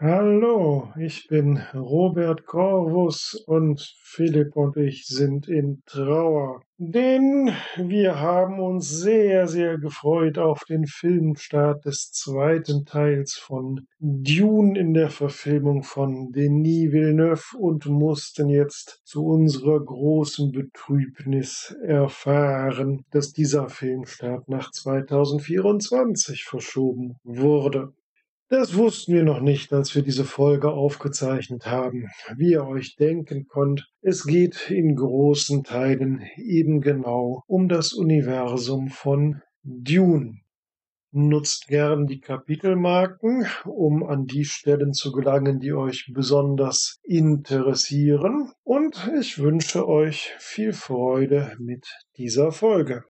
Hallo, ich bin Robert Corvus und Philipp und ich sind in Trauer. Denn wir haben uns sehr, sehr gefreut auf den Filmstart des zweiten Teils von Dune in der Verfilmung von Denis Villeneuve und mussten jetzt zu unserer großen Betrübnis erfahren, dass dieser Filmstart nach 2024 verschoben wurde. Das wussten wir noch nicht, als wir diese Folge aufgezeichnet haben. Wie ihr euch denken könnt, es geht in großen Teilen eben genau um das Universum von Dune. Nutzt gern die Kapitelmarken, um an die Stellen zu gelangen, die euch besonders interessieren. Und ich wünsche euch viel Freude mit dieser Folge.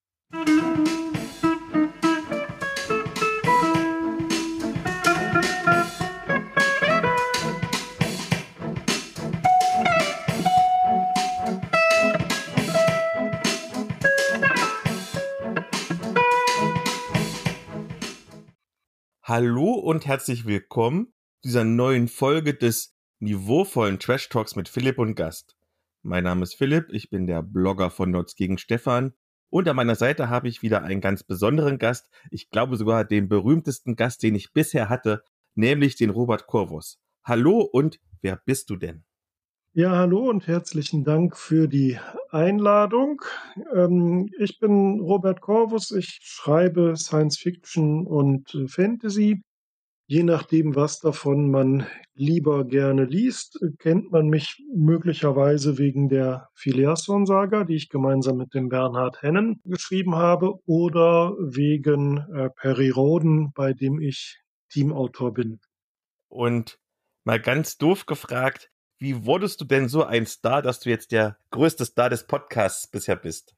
Hallo und herzlich willkommen zu dieser neuen Folge des niveauvollen Trash Talks mit Philipp und Gast. Mein Name ist Philipp, ich bin der Blogger von Nerds gegen Stefan und an meiner Seite habe ich wieder einen ganz besonderen Gast, ich glaube sogar den berühmtesten Gast, den ich bisher hatte, nämlich den Robert Corvus. Hallo und wer bist du denn? Ja, hallo und herzlichen Dank für die Einladung. Ich bin Robert Corvus. Ich schreibe Science Fiction und Fantasy. Je nachdem, was davon man lieber gerne liest, kennt man mich möglicherweise wegen der Filiasson-Saga, die ich gemeinsam mit dem Bernhard Hennen geschrieben habe, oder wegen Perry Rhodan, bei dem ich Teamautor bin. Und mal ganz doof gefragt, wie wurdest du denn so ein Star, dass du jetzt der größte Star des Podcasts bisher bist?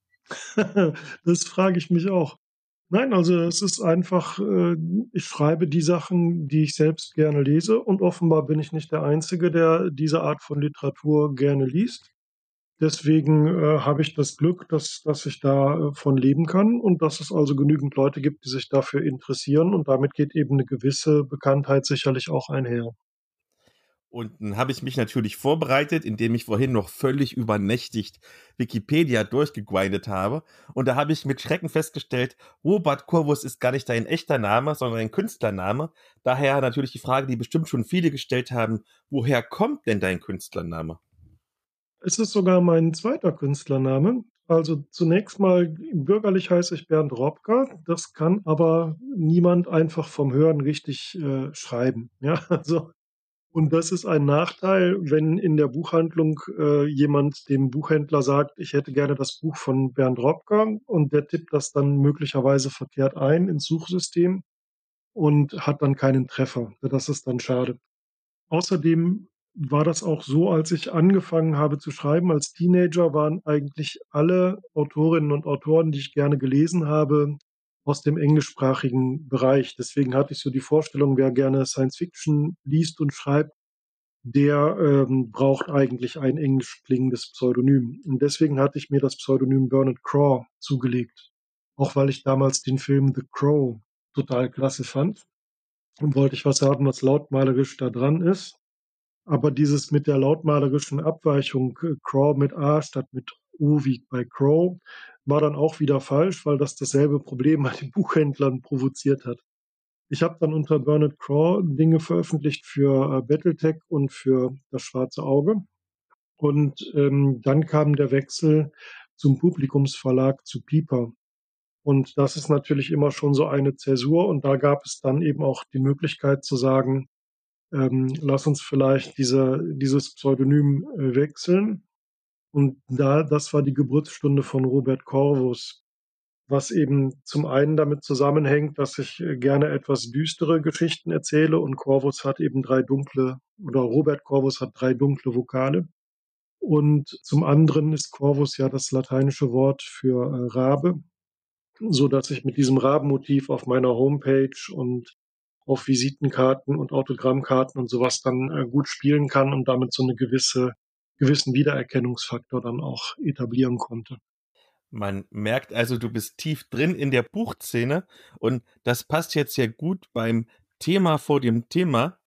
Das frage ich mich auch. Nein, also es ist einfach, ich schreibe die Sachen, die ich selbst gerne lese und offenbar bin ich nicht der Einzige, der diese Art von Literatur gerne liest. Deswegen habe ich das Glück, dass ich davon leben kann und dass es also genügend Leute gibt, die sich dafür interessieren und damit geht eben eine gewisse Bekanntheit sicherlich auch einher. Und dann habe ich mich natürlich vorbereitet, indem ich vorhin noch völlig übernächtigt Wikipedia durchgegrindet habe. Und da habe ich mit Schrecken festgestellt, Robert Corvus ist gar nicht dein echter Name, sondern ein Künstlername. Daher natürlich die Frage, die bestimmt schon viele gestellt haben, woher kommt denn dein Künstlername? Es ist sogar mein zweiter Künstlername. Also zunächst mal bürgerlich heiße ich Bernd Robka. Das kann aber niemand einfach vom Hören richtig schreiben. Ja, also und das ist ein Nachteil, wenn in der Buchhandlung jemand dem Buchhändler sagt, ich hätte gerne das Buch von Bernd Robka und der tippt das dann möglicherweise verkehrt ein ins Suchsystem und hat dann keinen Treffer. Das ist dann schade. Außerdem war das auch so, als ich angefangen habe zu schreiben als Teenager, waren eigentlich alle Autorinnen und Autoren, die ich gerne gelesen habe, aus dem englischsprachigen Bereich. Deswegen hatte ich so die Vorstellung, wer gerne Science Fiction liest und schreibt, der braucht eigentlich ein englisch klingendes Pseudonym. Und deswegen hatte ich mir das Pseudonym Bernard Craw zugelegt. Auch weil ich damals den Film The Crow total klasse fand. Und wollte ich was haben, was lautmalerisch da dran ist. Aber dieses mit der lautmalerischen Abweichung, Crow mit A statt mit U wie bei Crow, war dann auch wieder falsch, weil das dasselbe Problem bei den Buchhändlern provoziert hat. Ich habe dann unter Bernard Craw Dinge veröffentlicht für Battletech und für das Schwarze Auge. Und dann kam der Wechsel zum Publikumsverlag zu Piper. Und das ist natürlich immer schon so eine Zäsur. Und da gab es dann eben auch die Möglichkeit zu sagen, lass uns vielleicht dieses Pseudonym wechseln. Und das war die Geburtsstunde von Robert Corvus, was eben zum einen damit zusammenhängt, dass ich gerne etwas düstere Geschichten erzähle und Corvus hat eben Robert Corvus hat drei dunkle Vokale. Und zum anderen ist Corvus ja das lateinische Wort für Rabe, so dass ich mit diesem Rabenmotiv auf meiner Homepage und auf Visitenkarten und Autogrammkarten und sowas dann gut spielen kann und damit so gewissen Wiedererkennungsfaktor dann auch etablieren konnte. Man merkt also, du bist tief drin in der Buchszene und das passt jetzt sehr gut beim Thema vor dem Thema.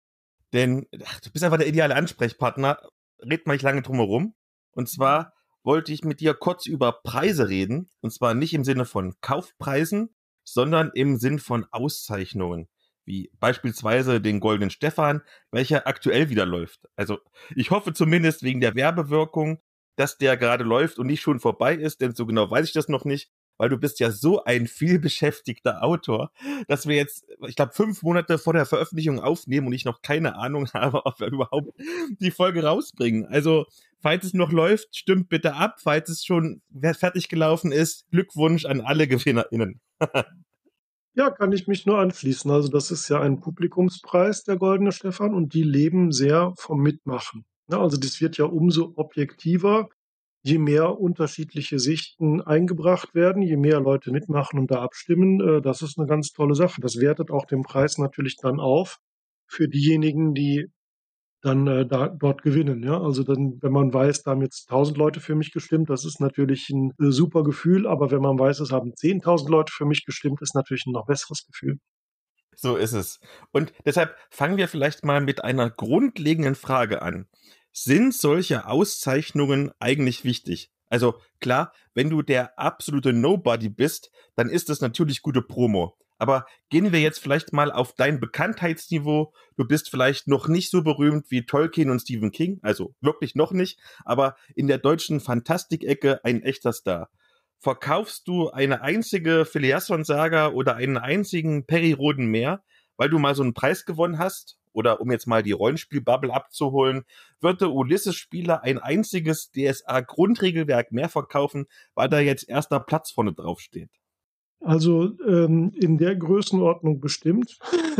Denn du bist einfach der ideale Ansprechpartner. Red mal nicht lange drum herum. Und zwar wollte ich mit dir kurz über Preise reden. Und zwar nicht im Sinne von Kaufpreisen, sondern im Sinn von Auszeichnungen. Wie beispielsweise den Goldenen Stefan, welcher aktuell wieder läuft. Also ich hoffe zumindest wegen der Werbewirkung, dass der gerade läuft und nicht schon vorbei ist, denn so genau weiß ich das noch nicht, weil du bist ja so ein vielbeschäftigter Autor, dass wir jetzt, ich glaube, 5 Monate vor der Veröffentlichung aufnehmen und ich noch keine Ahnung habe, ob wir überhaupt die Folge rausbringen. Also, falls es noch läuft, stimmt bitte ab. Falls es schon fertig gelaufen ist, Glückwunsch an alle GewinnerInnen. Ja, kann ich mich nur anschließen. Also das ist ja ein Publikumspreis, der Goldene Stefan, und die leben sehr vom Mitmachen. Ja, also das wird ja umso objektiver, je mehr unterschiedliche Sichten eingebracht werden, je mehr Leute mitmachen und da abstimmen. Das ist eine ganz tolle Sache. Das wertet auch den Preis natürlich dann auf für diejenigen, die dann dort gewinnen. Ja? Also dann, wenn man weiß, da haben jetzt 1000 Leute für mich gestimmt, das ist natürlich ein super Gefühl. Aber wenn man weiß, es haben 10.000 Leute für mich gestimmt, ist natürlich ein noch besseres Gefühl. So ist es. Und deshalb fangen wir vielleicht mal mit einer grundlegenden Frage an. Sind solche Auszeichnungen eigentlich wichtig? Also klar, wenn du der absolute Nobody bist, dann ist das natürlich gute Promo. Aber gehen wir jetzt vielleicht mal auf dein Bekanntheitsniveau. Du bist vielleicht noch nicht so berühmt wie Tolkien und Stephen King, also wirklich noch nicht, aber in der deutschen Fantastikecke ein echter Star. Verkaufst du eine einzige Filiasson-Saga oder einen einzigen Peri-Roden mehr, weil du mal so einen Preis gewonnen hast? Oder um jetzt mal die Rollenspiel-Bubble abzuholen, wird der Ulysses-Spieler ein einziges DSA-Grundregelwerk mehr verkaufen, weil da jetzt erster Platz vorne drauf steht? Also in der Größenordnung bestimmt.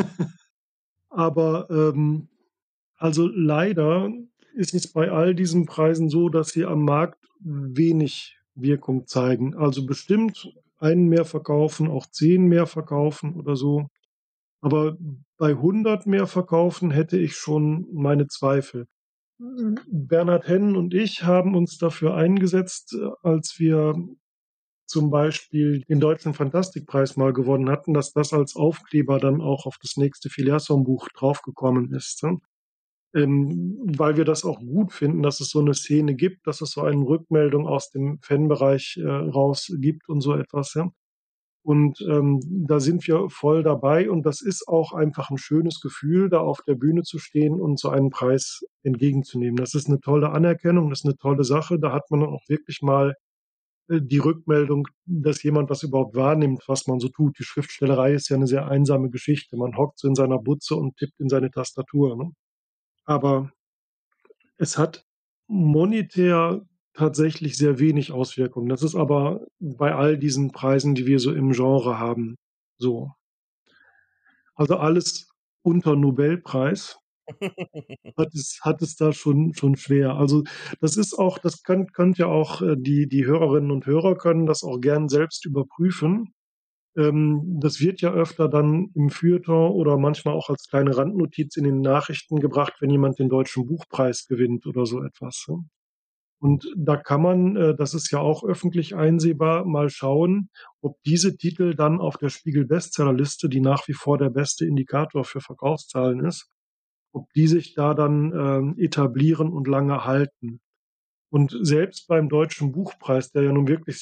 Aber also leider ist es bei all diesen Preisen so, dass sie am Markt wenig Wirkung zeigen. Also bestimmt einen mehr verkaufen, auch 10 mehr verkaufen oder so. Aber bei 100 mehr verkaufen hätte ich schon meine Zweifel. Bernhard Hennen und ich haben uns dafür eingesetzt, als wir zum Beispiel den Deutschen Fantastikpreis mal gewonnen hatten, dass das als Aufkleber dann auch auf das nächste Filiasson-Buch draufgekommen ist. Weil wir das auch gut finden, dass es so eine Szene gibt, dass es so eine Rückmeldung aus dem Fanbereich raus gibt und so etwas. Ja. Und da sind wir voll dabei und das ist auch einfach ein schönes Gefühl, da auf der Bühne zu stehen und so einen Preis entgegenzunehmen. Das ist eine tolle Anerkennung, das ist eine tolle Sache. Da hat man auch wirklich mal die Rückmeldung, dass jemand das überhaupt wahrnimmt, was man so tut. Die Schriftstellerei ist ja eine sehr einsame Geschichte. Man hockt so in seiner Butze und tippt in seine Tastatur. Ne? Aber es hat monetär tatsächlich sehr wenig Auswirkungen. Das ist aber bei all diesen Preisen, die wir so im Genre haben, so. Also alles unter Nobelpreis hat es da schon schwer. Also das ist auch, das könnt ja auch die Hörerinnen und Hörer können das auch gern selbst überprüfen. Das wird ja öfter dann im Feuilleton oder manchmal auch als kleine Randnotiz in den Nachrichten gebracht, wenn jemand den Deutschen Buchpreis gewinnt oder so etwas. Ja. Und da kann man, das ist ja auch öffentlich einsehbar, mal schauen, ob diese Titel dann auf der Spiegel-Bestsellerliste, die nach wie vor der beste Indikator für Verkaufszahlen ist, ob die sich da dann etablieren und lange halten. Und selbst beim Deutschen Buchpreis, der ja nun wirklich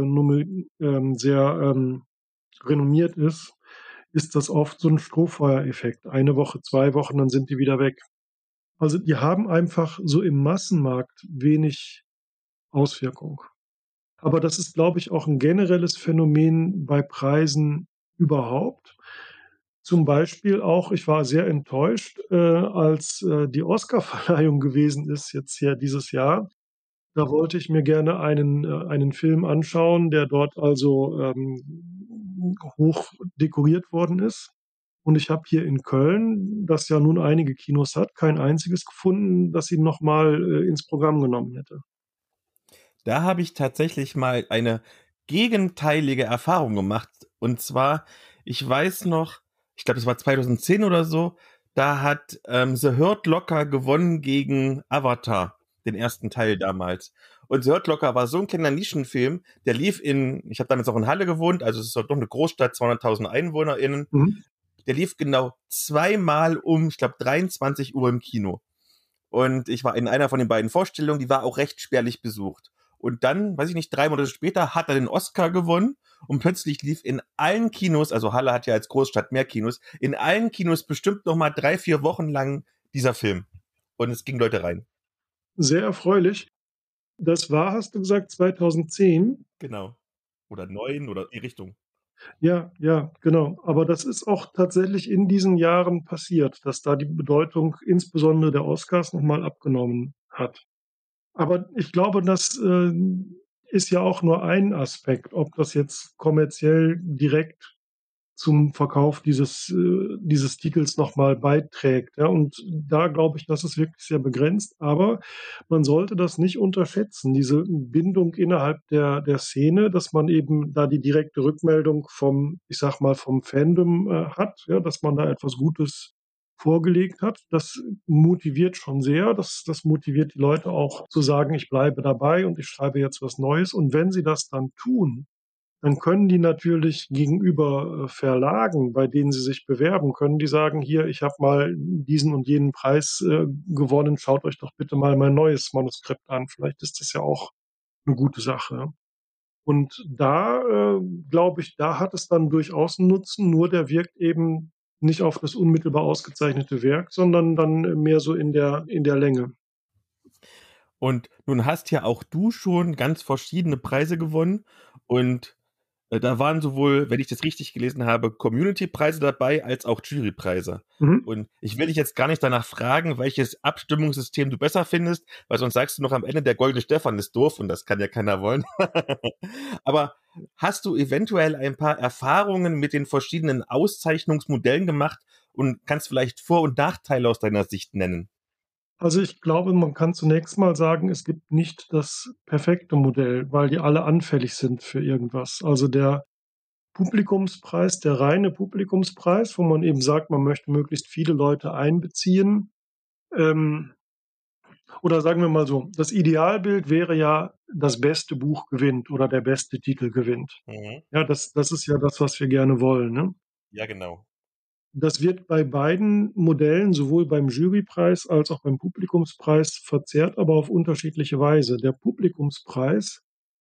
sehr renommiert ist das oft so ein Strohfeuereffekt. Eine Woche, 2 Wochen, dann sind die wieder weg. Also die haben einfach so im Massenmarkt wenig Auswirkung. Aber das ist, glaube ich, auch ein generelles Phänomen bei Preisen überhaupt. Zum Beispiel auch, ich war sehr enttäuscht, als die Oscarverleihung gewesen ist, jetzt hier dieses Jahr. Da wollte ich mir gerne einen Film anschauen, der dort also hoch dekoriert worden ist. Und ich habe hier in Köln, das ja nun einige Kinos hat, kein einziges gefunden, das ihn nochmal ins Programm genommen hätte. Da habe ich tatsächlich mal eine gegenteilige Erfahrung gemacht. Und zwar, ich weiß noch, ich glaube, es war 2010 oder so, da hat The Hurt Locker gewonnen gegen Avatar, den ersten Teil damals. Und The Hurt Locker war so ein kleiner Nischenfilm, der lief ich habe damals auch in Halle gewohnt, also es ist doch eine Großstadt, 200.000 EinwohnerInnen. Mhm. der lief genau zweimal ich glaube, 23 Uhr im Kino. Und ich war in einer von den beiden Vorstellungen, die war auch recht spärlich besucht. Und dann, weiß ich nicht, 3 Monate später hat er den Oscar gewonnen und plötzlich lief in allen Kinos, also Halle hat ja als Großstadt mehr Kinos, in allen Kinos bestimmt noch mal 3-4 Wochen lang dieser Film. Und es gingen Leute rein. Sehr erfreulich. Das war, hast du gesagt, 2010? Genau. Oder 9 oder die Richtung. Ja, ja, genau. Aber das ist auch tatsächlich in diesen Jahren passiert, dass da die Bedeutung insbesondere der Oscars noch mal abgenommen hat. Aber ich glaube, das, ist ja auch nur ein Aspekt, ob das jetzt kommerziell direkt zum Verkauf dieses Titels noch mal beiträgt, ja? Und da glaube ich, das ist wirklich sehr begrenzt, aber man sollte das nicht unterschätzen, diese Bindung innerhalb der Szene, dass man eben da die direkte Rückmeldung vom, ich sage mal, vom Fandom, hat, ja, dass man da etwas Gutes vorgelegt hat. Das motiviert schon sehr. Das motiviert die Leute auch zu sagen: „Ich bleibe dabei und ich schreibe jetzt was Neues.“ Und wenn sie das dann tun, dann können die natürlich gegenüber, Verlagen, bei denen sie sich bewerben, können die sagen: „Hier, ich habe mal diesen und jenen Preis, gewonnen. Schaut euch doch bitte mal mein neues Manuskript an. Vielleicht ist das ja auch 'ne gute Sache.“ Und da, glaube ich, da hat es dann durchaus 'n Nutzen, nur der wirkt eben nicht auf das unmittelbar ausgezeichnete Werk, sondern dann mehr so in der Länge. Und nun hast ja auch du schon ganz verschiedene Preise gewonnen und da waren sowohl, wenn ich das richtig gelesen habe, Community-Preise dabei als auch Jurypreise. Mhm. Und ich will dich jetzt gar nicht danach fragen, welches Abstimmungssystem du besser findest, weil sonst sagst du noch am Ende, der goldene Stefan ist doof und das kann ja keiner wollen. Aber hast du eventuell ein paar Erfahrungen mit den verschiedenen Auszeichnungsmodellen gemacht und kannst vielleicht Vor- und Nachteile aus deiner Sicht nennen? Also, ich glaube, man kann zunächst mal sagen, es gibt nicht das perfekte Modell, weil die alle anfällig sind für irgendwas. Also, der Publikumspreis, der reine Publikumspreis, wo man eben sagt, man möchte möglichst viele Leute einbeziehen, ähm, oder sagen wir mal so, das Idealbild wäre ja, das beste Buch gewinnt oder der beste Titel gewinnt. Mhm. Ja, das ist ja das, was wir gerne wollen, ne? Ja, genau. Das wird bei beiden Modellen, sowohl beim Jurypreis als auch beim Publikumspreis verzerrt, aber auf unterschiedliche Weise. Der Publikumspreis,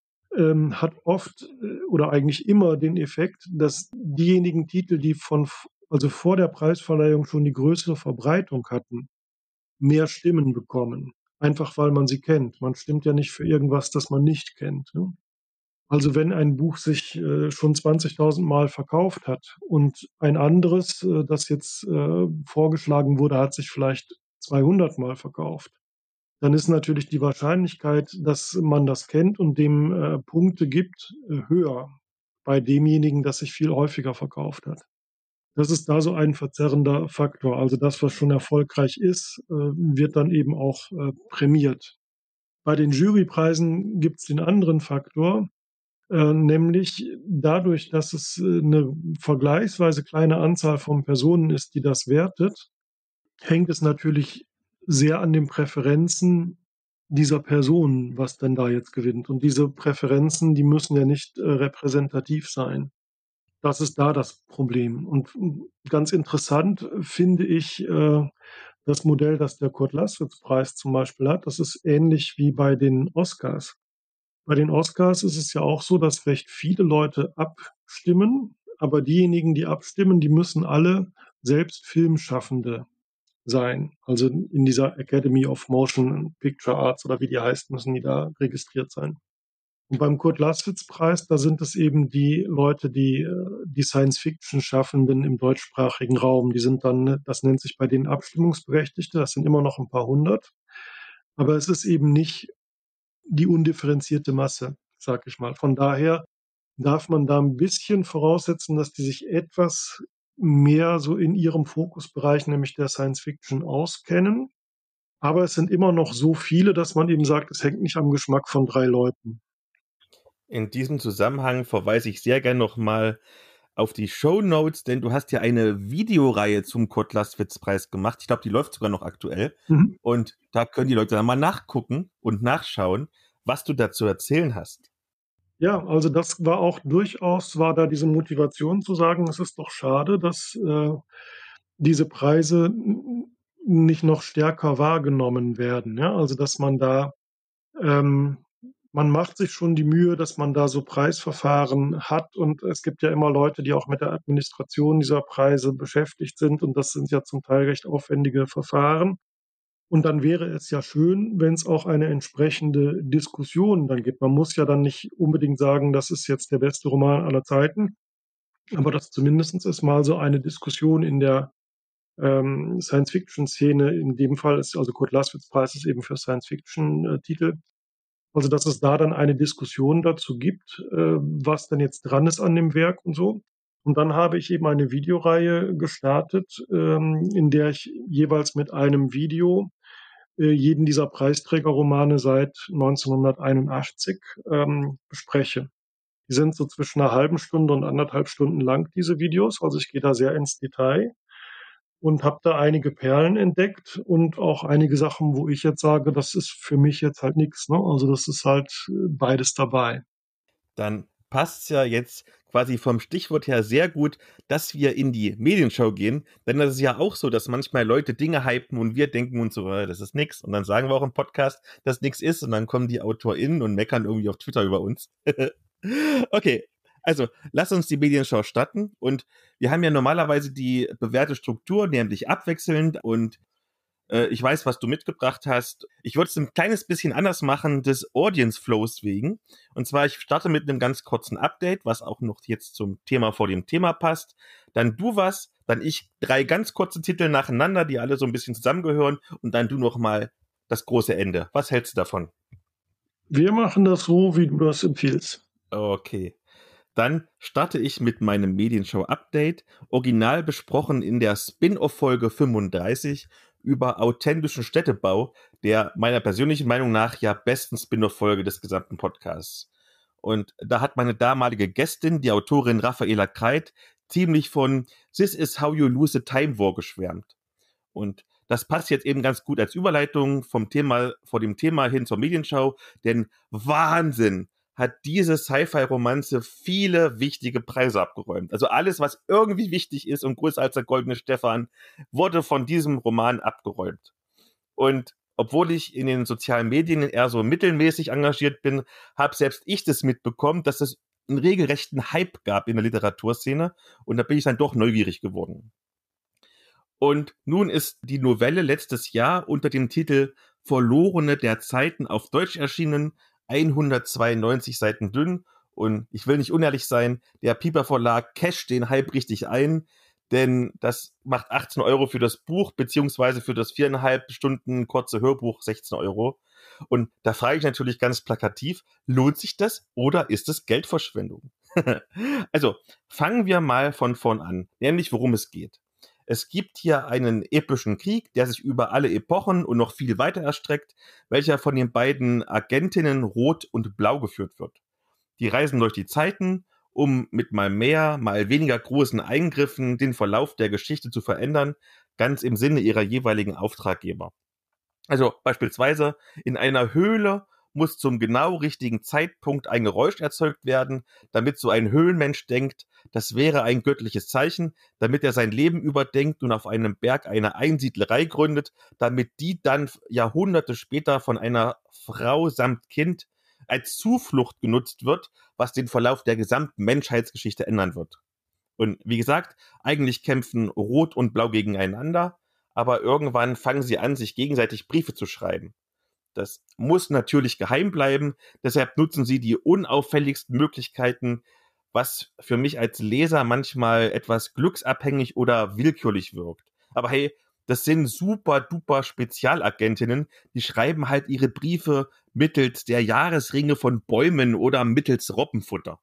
hat oft, oder eigentlich immer den Effekt, dass diejenigen Titel, die also vor der Preisverleihung schon die größere Verbreitung hatten, mehr Stimmen bekommen, einfach weil man sie kennt. Man stimmt ja nicht für irgendwas, das man nicht kennt, ne? Also, wenn ein Buch sich, schon 20.000 Mal verkauft hat und ein anderes, das jetzt, vorgeschlagen wurde, hat sich vielleicht 200 Mal verkauft, dann ist natürlich die Wahrscheinlichkeit, dass man das kennt und dem, Punkte gibt, höher bei demjenigen, das sich viel häufiger verkauft hat. Das ist da so ein verzerrender Faktor. Also, das, was schon erfolgreich ist, wird dann eben auch, prämiert. Bei den Jurypreisen gibt's den anderen Faktor, nämlich dadurch, dass es, 'ne vergleichsweise kleine Anzahl von Personen ist, die das wertet, hängt es natürlich sehr an den Präferenzen dieser Person, was denn da jetzt gewinnt. Und diese Präferenzen, die müssen ja nicht, repräsentativ sein. Das ist da das Problem. Und, ganz interessant finde ich, das Modell, das der Kurd-Laßwitz-Preis zum Beispiel hat. Das ist ähnlich wie bei den Oscars. Bei den Oscars ist es ja auch so, dass recht viele Leute abstimmen, aber diejenigen, die abstimmen, die müssen alle selbst Filmschaffende sein. Also, in dieser Academy of Motion Picture Arts oder wie die heißt, müssen die da registriert sein. Und beim Kurd-Laßwitz-Preis, da sind es eben die Leute, die Science-Fiction-Schaffenden im deutschsprachigen Raum. Die sind dann, das nennt sich bei denen Abstimmungsberechtigte, das sind immer noch ein paar hundert, aber es ist eben nicht die undifferenzierte Masse, sage ich mal. Von daher darf man da 'n bisschen voraussetzen, dass die sich etwas mehr so in ihrem Fokusbereich, nämlich der Science Fiction, auskennen. Aber es sind immer noch so viele, dass man eben sagt, es hängt nicht am Geschmack von 3 Leuten. In diesem Zusammenhang verweise ich sehr gern noch mal auf die Shownotes, denn du hast ja eine Videoreihe zum Kurt-Laßwitz-Preis gemacht. Ich glaube, die läuft sogar noch aktuell. Mhm. Und da können die Leute dann mal nachgucken und nachschauen, was du da zu erzählen hast. Ja, also das war auch durchaus war da diese Motivation zu sagen: „Es ist doch schade, dass, diese Preise nicht noch stärker wahrgenommen werden", ja? Also, dass man da ähm, man macht sich schon die Mühe, dass man da so Preisverfahren hat, und es gibt ja immer Leute, die auch mit der Administration dieser Preise beschäftigt sind, und das sind ja zum Teil recht aufwendige Verfahren. Und dann wäre es ja schön, wenn es auch eine entsprechende Diskussion dann gibt. Man muss ja dann nicht unbedingt sagen, das ist jetzt der beste Roman aller Zeiten, aber dass zumindestens es mal so eine Diskussion in der, Science-Fiction-Szene, in dem Fall ist also Kurd-Laßwitz-Preis ist eben für Science-Fiction, Titel, also, dass es da dann eine Diskussion dazu gibt, was denn jetzt dran ist an dem Werk und so. Und dann habe ich eben eine Videoreihe gestartet, in der ich jeweils mit einem Video, jeden dieser Preisträgerromane seit 1981, bespreche. Die sind so zwischen 'ner halben Stunde und 1,5 Stunden lang, diese Videos. Also, ich gehe da sehr ins Detail und habe da einige Perlen entdeckt und auch einige Sachen, wo ich jetzt sage, das ist für mich jetzt halt nix, ne? Also, das ist halt, beides dabei. Dann passt's ja jetzt quasi vom Stichwort her sehr gut, dass wir in die Medienschau gehen, denn das ist ja auch so, dass manchmal Leute Dinge hypen und wir denken uns so: Das ist nix." Und dann sagen wir auch im Podcast, dass nix ist und dann kommen die AutorInnen und meckern irgendwie auf Twitter über uns. Okay, also lass uns die Medienschau starten und wir haben ja normalerweise die bewährte Struktur, nämlich abwechselnd und ich weiß, was du mitgebracht hast. Ich würde es ein kleines bisschen anders machen, des Audience Flows wegen. Und zwar, ich starte mit einem ganz kurzen Update, was auch noch jetzt zum Thema vor dem Thema passt. Dann du was, dann ich 3 ganz kurze Titel nacheinander, die alle so ein bisschen zusammengehören und dann du noch mal das große Ende. Was hältst du davon? Wir machen das so, wie du das empfiehlst. Okay. Dann starte ich mit meinem Medienshow-Update, original besprochen in der Spin-off-Folge 35 über authentischen Städtebau, der meiner persönlichen Meinung nach ja besten Spin-off-Folge des gesamten Podcasts. Und da hat meine damalige Gästin, die Autorin Raffaela Kreit, ziemlich von This is how you lose a time war geschwärmt. Und das passt jetzt eben ganz gut als Überleitung vom Thema, vor dem Thema hin zur Medienschau, denn Wahnsinn hat diese Sci-Fi-Romanze viele wichtige Preise abgeräumt. Also alles, was irgendwie wichtig ist und größer als der Goldene Stefan, wurde von diesem Roman abgeräumt. Und obwohl ich in den sozialen Medien eher so mittelmäßig engagiert bin, habe selbst ich das mitbekommen, dass es einen regelrechten Hype gab in der Literaturszene und da bin ich dann doch neugierig geworden. Und nun ist die Novelle letztes Jahr unter dem Titel Verlorene der Zeiten auf Deutsch erschienen, 192 Seiten dünn. Und ich will nicht unehrlich sein, der Piper Verlag casht den Hype richtig ein, denn das macht 18 Euro für das Buch, beziehungsweise für das 4,5 Stunden kurze Hörbuch 16 Euro. Und da frage ich natürlich ganz plakativ, lohnt sich das oder ist es Geldverschwendung? Also fangen wir mal von vorn an, nämlich worum es geht. Es gibt hier einen epischen Krieg, der sich über alle Epochen und noch viel weiter erstreckt, welcher von den beiden Agentinnen Rot und Blau geführt wird. Die reisen durch die Zeiten, um mit mal mehr, mal weniger großen Eingriffen den Verlauf der Geschichte zu verändern, ganz im Sinne ihrer jeweiligen Auftraggeber. Also beispielsweise in einer Höhle muss zum genau richtigen Zeitpunkt ein Geräusch erzeugt werden, damit so ein Höhlenmensch denkt, das wäre ein göttliches Zeichen, damit er sein Leben überdenkt und auf einem Berg eine Einsiedlerei gründet, damit die dann Jahrhunderte später von einer Frau samt Kind als Zuflucht genutzt wird, was den Verlauf der gesamten Menschheitsgeschichte ändern wird. Und wie gesagt, eigentlich kämpfen Rot und Blau gegeneinander, aber irgendwann fangen sie an, sich gegenseitig Briefe zu schreiben. Das muss natürlich geheim bleiben, deshalb nutzen sie die unauffälligsten Möglichkeiten, was für mich als Leser manchmal etwas glücksabhängig oder willkürlich wirkt. Aber hey, das sind super duper Spezialagentinnen, die schreiben halt ihre Briefe mittels der Jahresringe von Bäumen oder mittels Robbenfutter.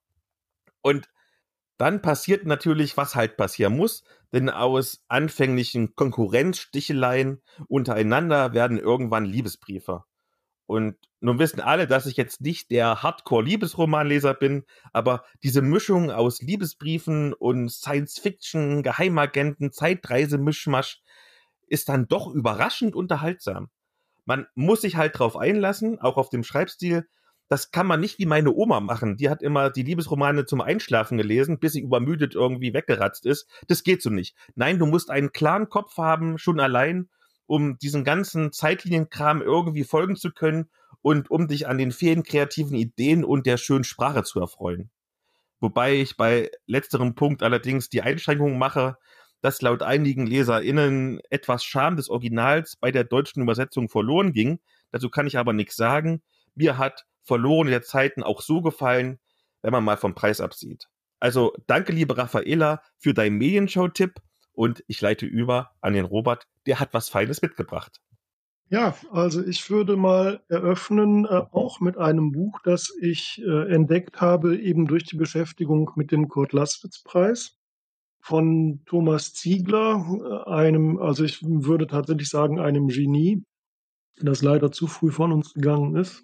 Und dann passiert natürlich, was halt passieren muss, denn aus anfänglichen Konkurrenzsticheleien untereinander werden irgendwann Liebesbriefe. Und nun wissen alle, dass ich jetzt nicht der Hardcore-Liebesromanleser bin, aber diese Mischung aus Liebesbriefen und Science-Fiction, Geheimagenten, Zeitreise-Mischmasch ist dann doch überraschend unterhaltsam. Man muss sich halt drauf einlassen, auch auf dem Schreibstil, das kann man nicht wie meine Oma machen. Die hat immer die Liebesromane zum Einschlafen gelesen, bis sie übermüdet irgendwie weggeratzt ist. Das geht so nicht. Nein, du musst einen klaren Kopf haben, schon allein, um diesen ganzen Zeitlinienkram irgendwie folgen zu können und um dich an den vielen kreativen Ideen und der schönen Sprache zu erfreuen. Wobei ich bei letzterem Punkt allerdings die Einschränkung mache, dass laut einigen LeserInnen etwas Charme des Originals bei der deutschen Übersetzung verloren ging. Dazu kann ich aber nichts sagen. Mir hat Verlorene Zeiten auch so gefallen, wenn man mal vom Preis absieht. Also danke, liebe Raffaela, für deinen Medienschau-Tipp und ich leite über an den Robert, der hat was Feines mitgebracht. Ja, also ich würde mal eröffnen, auch mit einem Buch, das ich entdeckt habe, eben durch die Beschäftigung mit dem Kurd-Laßwitz-Preis von Thomas Ziegler, also ich würde tatsächlich sagen, einem Genie, das leider zu früh von uns gegangen ist,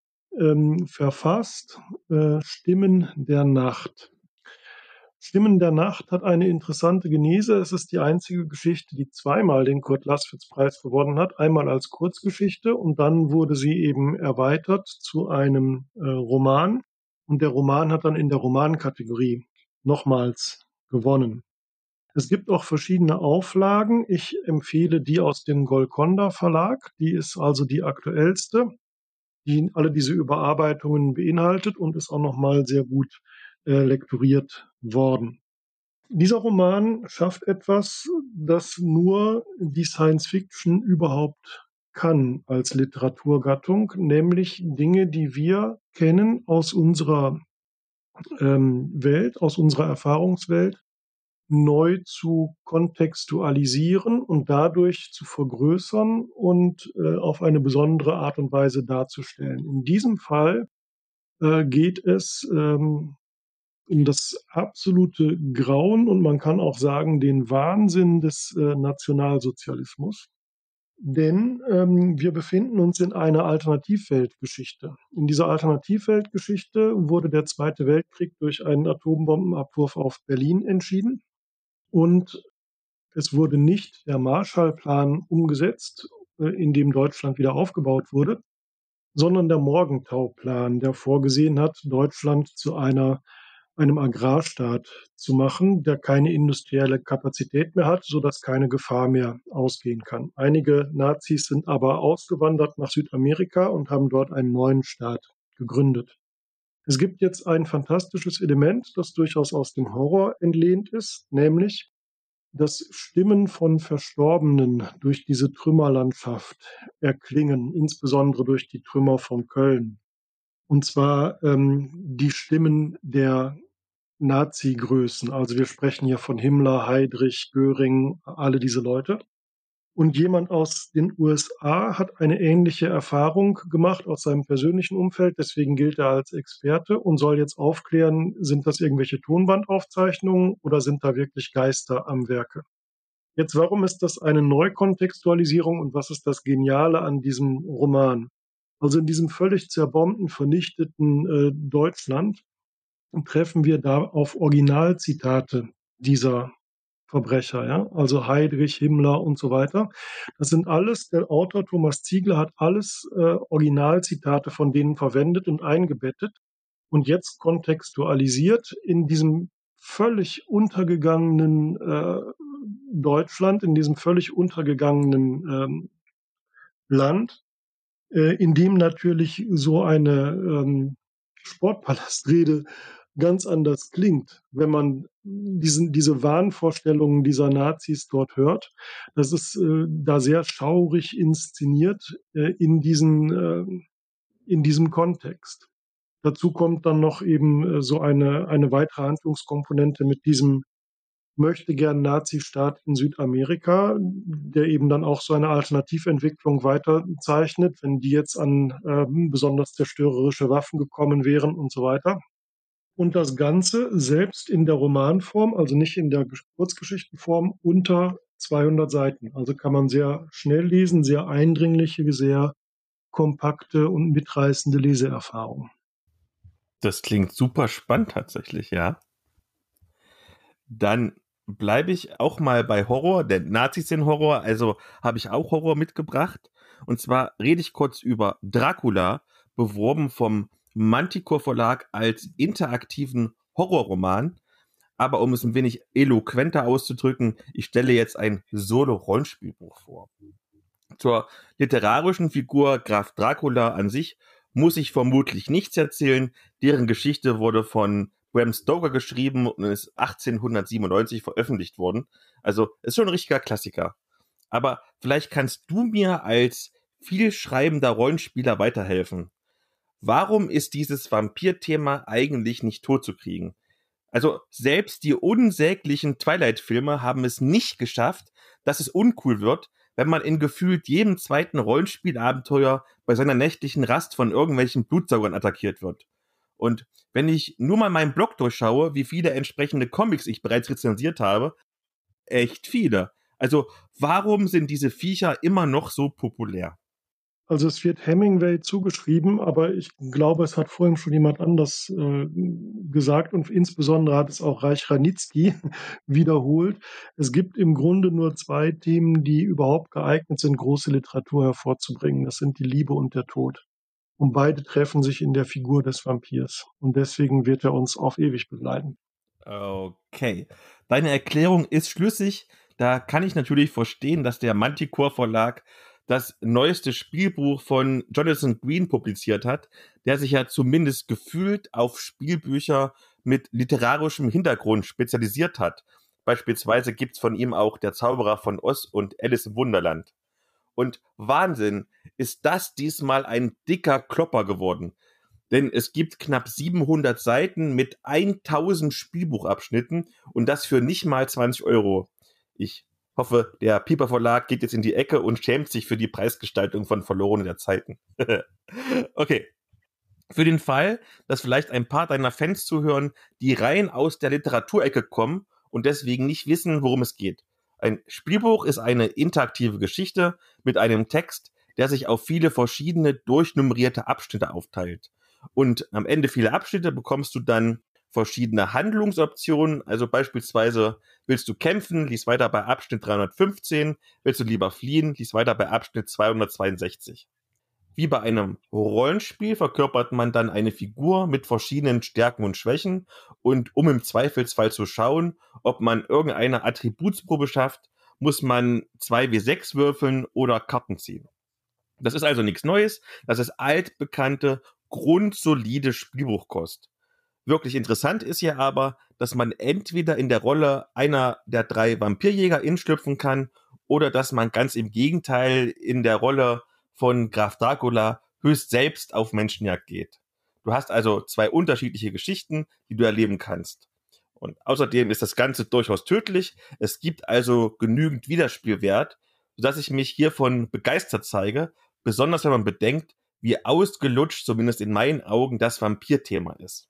verfasst, Stimmen der Nacht. Stimmen der Nacht hat eine interessante Genese. Es ist die einzige Geschichte, die zweimal den Kurd-Laßwitz-Preis gewonnen hat. Einmal als Kurzgeschichte und dann wurde sie eben erweitert zu einem Roman. Und der Roman hat dann in der Romankategorie nochmals gewonnen. Es gibt auch verschiedene Auflagen. Ich empfehle die aus dem Golconda Verlag. Die ist also die aktuellste, die alle diese Überarbeitungen beinhaltet und ist auch nochmal sehr gut lektoriert worden. Dieser Roman schafft etwas, das nur die Science Fiction überhaupt kann als Literaturgattung, nämlich Dinge, die wir kennen aus unserer Welt, aus unserer Erfahrungswelt, neu zu kontextualisieren und dadurch zu vergrößern und auf eine besondere Art und Weise darzustellen. In diesem Fall geht es um das absolute Grauen und man kann auch sagen den Wahnsinn des Nationalsozialismus. Denn wir befinden uns in einer Alternativweltgeschichte. In dieser Alternativweltgeschichte wurde der Zweite Weltkrieg durch einen Atombombenabwurf auf Berlin entschieden. Und es wurde nicht der Marshallplan umgesetzt, in dem Deutschland wieder aufgebaut wurde, sondern der Morgenthau-Plan, der vorgesehen hat, Deutschland zu einem Agrarstaat zu machen, der keine industrielle Kapazität mehr hat, sodass keine Gefahr mehr ausgehen kann. Einige Nazis sind aber ausgewandert nach Südamerika und haben dort einen neuen Staat gegründet. Es gibt jetzt ein fantastisches Element, das durchaus aus dem Horror entlehnt ist, nämlich dass Stimmen von Verstorbenen durch diese Trümmerlandschaft erklingen, insbesondere durch die Trümmer von Köln. Und zwar die Stimmen der Nazi-Größen. Also wir sprechen hier von Himmler, Heydrich, Göring, alle diese Leute. Und jemand aus den USA hat eine ähnliche Erfahrung gemacht aus seinem persönlichen Umfeld. Deswegen gilt er als Experte und soll jetzt aufklären, sind das irgendwelche Tonbandaufzeichnungen oder sind da wirklich Geister am Werke? Jetzt, warum ist das eine Neukontextualisierung und was ist das Geniale an diesem Roman? Also in diesem völlig zerbombten, vernichteten Deutschland treffen wir da auf Originalzitate dieser Verbrecher, ja, also Heydrich, Himmler und so weiter. Das sind alles, der Autor Thomas Ziegler hat alles Originalzitate von denen verwendet und eingebettet und jetzt kontextualisiert in diesem völlig untergegangenen Deutschland, in diesem völlig untergegangenen Land, in dem natürlich so eine Sportpalastrede ganz anders klingt, wenn man diese Wahnvorstellungen dieser Nazis dort hört. Das ist da sehr schaurig inszeniert in diesem Kontext. Dazu kommt dann noch eben so eine weitere Handlungskomponente mit diesem möchte gern Nazi-Staat in Südamerika, der eben dann auch so eine Alternativentwicklung weiterzeichnet, wenn die jetzt an besonders zerstörerische Waffen gekommen wären und so weiter. Und das Ganze selbst in der Romanform, also nicht in der Kurzgeschichtenform, unter 200 Seiten. Also kann man sehr schnell lesen, sehr eindringliche, sehr kompakte und mitreißende Leseerfahrung. Das klingt super spannend tatsächlich, ja. Dann bleibe ich auch mal bei Horror, denn Nazis sind Horror, also habe ich auch Horror mitgebracht. Und zwar rede ich kurz über Dracula, beworben vom Manticore Verlag als interaktiven Horrorroman. Aber um es ein wenig eloquenter auszudrücken, ich stelle jetzt ein Solo-Rollenspielbuch vor. Zur literarischen Figur Graf Dracula an sich muss ich vermutlich nichts erzählen. Deren Geschichte wurde von Bram Stoker geschrieben und ist 1897 veröffentlicht worden. Also ist schon ein richtiger Klassiker. Aber vielleicht kannst du mir als vielschreibender Rollenspieler weiterhelfen. Warum ist dieses Vampir-Thema eigentlich nicht totzukriegen? Also selbst die unsäglichen Twilight-Filme haben es nicht geschafft, dass es uncool wird, wenn man in gefühlt jedem zweiten Rollenspielabenteuer bei seiner nächtlichen Rast von irgendwelchen Blutsaugern attackiert wird. Und wenn ich nur mal meinen Blog durchschaue, wie viele entsprechende Comics ich bereits rezensiert habe, echt viele. Also warum sind diese Viecher immer noch so populär? Also es wird Hemingway zugeschrieben, aber ich glaube, es hat vorhin schon jemand anders gesagt und insbesondere hat es auch Reich Ranitzky wiederholt. Es gibt im Grunde nur zwei Themen, die überhaupt geeignet sind, große Literatur hervorzubringen. Das sind die Liebe und der Tod. Und beide treffen sich in der Figur des Vampirs. Und deswegen wird er uns auf ewig begleiten. Okay. Deine Erklärung ist schlüssig. Da kann ich natürlich verstehen, dass der Manticore Verlag das neueste Spielbuch von Jonathan Green publiziert hat, der sich ja zumindest gefühlt auf Spielbücher mit literarischem Hintergrund spezialisiert hat. Beispielsweise gibt's von ihm auch Der Zauberer von Oz und Alice im Wunderland. Und Wahnsinn, ist das diesmal ein dicker Klopper geworden. Denn es gibt knapp 700 Seiten mit 1000 Spielbuchabschnitten und das für nicht mal 20 Euro. Ich hoffe, der Piper Verlag geht jetzt in die Ecke und schämt sich für die Preisgestaltung von Verlorene der Zeiten. Okay. Für den Fall, dass vielleicht ein paar deiner Fans zuhören, die rein aus der Literaturecke kommen und deswegen nicht wissen, worum es geht. Ein Spielbuch ist eine interaktive Geschichte mit einem Text, der sich auf viele verschiedene durchnummerierte Abschnitte aufteilt. Und am Ende vieler Abschnitte bekommst du dann verschiedene Handlungsoptionen. Also beispielsweise willst du kämpfen, lies weiter bei Abschnitt 315. Willst du lieber fliehen, lies weiter bei Abschnitt 262. Wie bei einem Rollenspiel verkörpert man dann eine Figur mit verschiedenen Stärken und Schwächen und um im Zweifelsfall zu schauen, ob man irgendeine Attributsprobe schafft, muss man 2W6 würfeln oder Karten ziehen. Das ist also nichts Neues, das ist altbekannte, grundsolide Spielbuchkost. Wirklich interessant ist hier aber, dass man entweder in der Rolle einer der 3 VampirjägerInnen schlüpfen kann oder dass man ganz im Gegenteil in der Rolle von Graf Dracula höchst selbst auf Menschenjagd geht. Du hast also 2 unterschiedliche Geschichten, die du erleben kannst. Und außerdem ist das Ganze durchaus tödlich. Es gibt also genügend Wiederspielwert, sodass ich mich hiervon begeistert zeige, besonders wenn man bedenkt, wie ausgelutscht, zumindest in meinen Augen, das Vampir-Thema ist.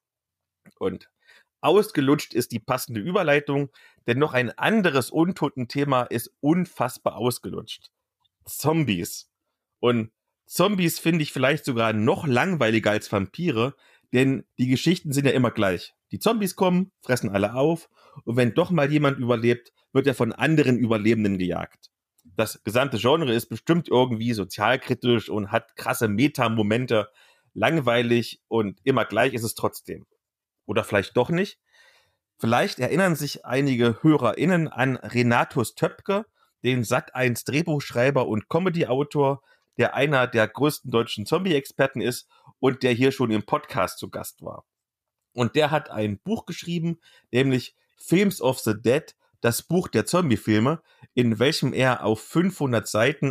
Und ausgelutscht ist die passende Überleitung, denn noch ein anderes Untoten-Thema ist unfassbar ausgelutscht. Zombies. Und Zombies finde ich vielleicht sogar noch langweiliger als Vampire, denn die Geschichten sind ja immer gleich. Die Zombies kommen, fressen alle auf und wenn doch mal jemand überlebt, wird er von anderen Überlebenden gejagt. Das gesamte Genre ist bestimmt irgendwie sozialkritisch und hat krasse Meta-Momente. Langweilig und immer gleich ist es trotzdem. Oder vielleicht doch nicht. Vielleicht erinnern sich einige HörerInnen an Renatus Töpke, den Sat.1 Drehbuchschreiber und Comedy-Autor, der einer der größten deutschen Zombie-Experten ist und der hier schon im Podcast zu Gast war. Und der hat ein Buch geschrieben, nämlich Films of the Dead, das Buch der Zombie-Filme, in welchem er auf 500 Seiten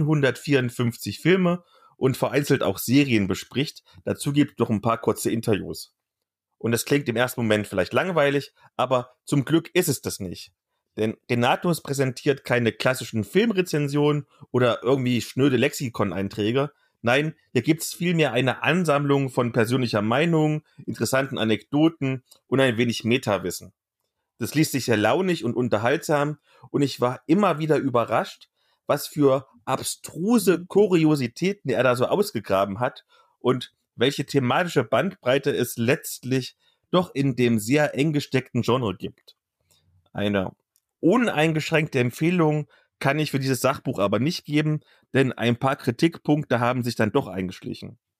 154 Filme und vereinzelt auch Serien bespricht. Dazu gibt es noch ein paar kurze Interviews. Und das klingt im ersten Moment vielleicht langweilig, aber zum Glück ist es das nicht. Denn Renatus präsentiert keine klassischen Filmrezensionen oder irgendwie schnöde Lexikon-Einträge. Nein, hier gibt es vielmehr eine Ansammlung von persönlicher Meinung, interessanten Anekdoten und ein wenig Metawissen. Das liest sich sehr launig und unterhaltsam und ich war immer wieder überrascht, was für abstruse Kuriositäten er da so ausgegraben hat und welche thematische Bandbreite es letztlich doch in dem sehr eng gesteckten Genre gibt. Eine uneingeschränkte Empfehlung kann ich für dieses Sachbuch aber nicht geben, denn ein paar Kritikpunkte haben sich dann doch eingeschlichen.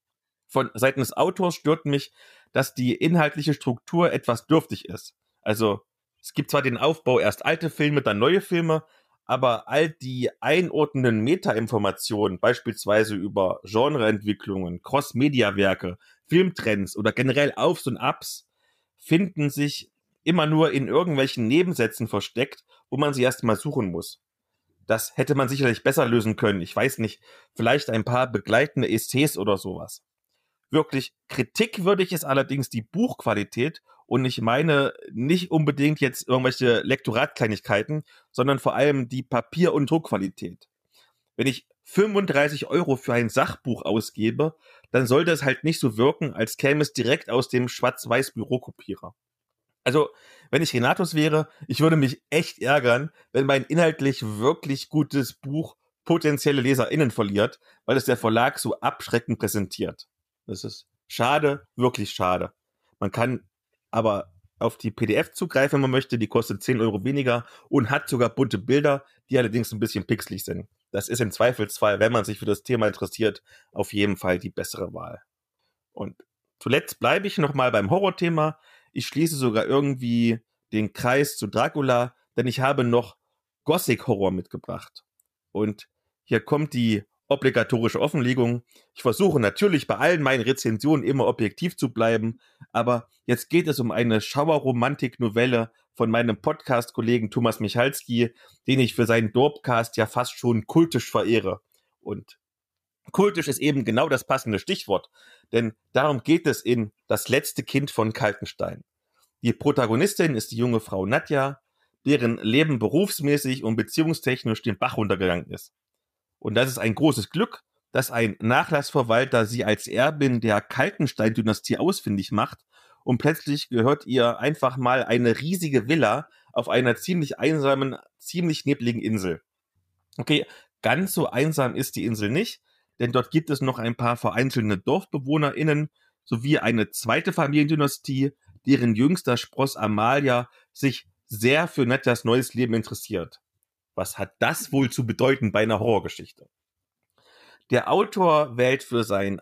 Von Seiten des Autors stört mich, dass die inhaltliche Struktur etwas dürftig ist. Also es gibt zwar den Aufbau, erst alte Filme, dann neue Filme, aber all die einordnenden Meta-Informationen, beispielsweise über Genreentwicklungen, Cross-Media-Werke, Filmtrends oder generell Aufs und Abs, finden sich immer nur in irgendwelchen Nebensätzen versteckt, wo man sie erst mal suchen muss. Das hätte man sicherlich besser lösen können. Ich weiß nicht, vielleicht ein paar begleitende Essays oder sowas. Wirklich kritikwürdig ist allerdings die Buchqualität, und ich meine nicht unbedingt jetzt irgendwelche Lektoratkleinigkeiten, sondern vor allem die Papier- und Druckqualität. Wenn ich 35 € für ein Sachbuch ausgebe, dann sollte es halt nicht so wirken, als käme es direkt aus dem Schwarz-Weiß-Bürokopierer. Also, wenn ich Renatus wäre, ich würde mich echt ärgern, wenn mein inhaltlich wirklich gutes Buch potenzielle LeserInnen verliert, weil es der Verlag so abschreckend präsentiert. Das ist schade, wirklich schade. Man kann aber auf die PDF zugreifen, wenn man möchte. Die kostet 10 € weniger und hat sogar bunte Bilder, die allerdings ein bisschen pixelig sind. Das ist im Zweifelsfall, wenn man sich für das Thema interessiert, auf jeden Fall die bessere Wahl. Und zuletzt bleibe ich nochmal beim Horrorthema. Ich schließe sogar irgendwie den Kreis zu Dracula, denn ich habe noch Gothic-Horror mitgebracht. Und hier kommt die obligatorische Offenlegung. Ich versuche natürlich bei allen meinen Rezensionen immer objektiv zu bleiben, aber jetzt geht es um eine Schauerromantik-Novelle von meinem Podcast-Kollegen Thomas Michalski, den ich für seinen Dorpcast ja fast schon kultisch verehre. Und kultisch ist eben genau das passende Stichwort, denn darum geht es in Das letzte Kind von Kaltenstein. Die Protagonistin ist die junge Frau Nadja, deren Leben berufsmäßig und beziehungstechnisch den Bach runtergegangen ist. Und das ist ein großes Glück, dass ein Nachlassverwalter sie als Erbin der Kaltenstein-Dynastie ausfindig macht, und plötzlich gehört ihr einfach mal eine riesige Villa auf einer ziemlich einsamen, ziemlich nebligen Insel. Okay, ganz so einsam ist die Insel nicht, denn dort gibt es noch ein paar vereinzelte DorfbewohnerInnen sowie eine zweite Familiendynastie, deren jüngster Spross Amalia sich sehr für Nadjas neues Leben interessiert. Was hat das wohl zu bedeuten bei einer Horrorgeschichte? Der Autor wählt für sein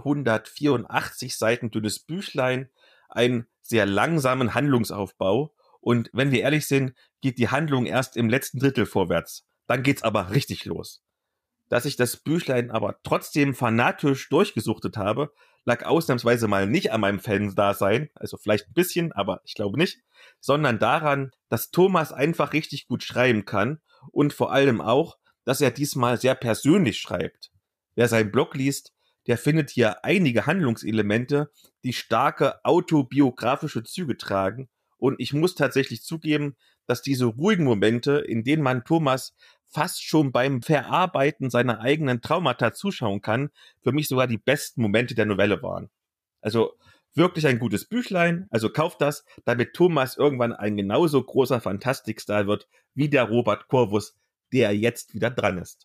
184 Seiten dünnes Büchlein einen sehr langsamen Handlungsaufbau, und wenn wir ehrlich sind, geht die Handlung erst im letzten Drittel vorwärts. Dann geht's aber richtig los. Dass ich das Büchlein aber trotzdem fanatisch durchgesuchtet habe, lag ausnahmsweise mal nicht an meinem Fan-Dasein, also vielleicht ein bisschen, aber ich glaube nicht, sondern daran, dass Thomas einfach richtig gut schreiben kann und vor allem auch, dass er diesmal sehr persönlich schreibt. Wer seinen Blog liest, der findet hier einige Handlungselemente, die starke autobiografische Züge tragen, und ich muss tatsächlich zugeben, dass diese ruhigen Momente, in denen man Thomas fast schon beim Verarbeiten seiner eigenen Traumata zuschauen kann, für mich sogar die besten Momente der Novelle waren. Also wirklich ein gutes Büchlein, also kauft das, damit Thomas irgendwann ein genauso großer Fantastikstar wird wie der Robert Corvus, der jetzt wieder dran ist.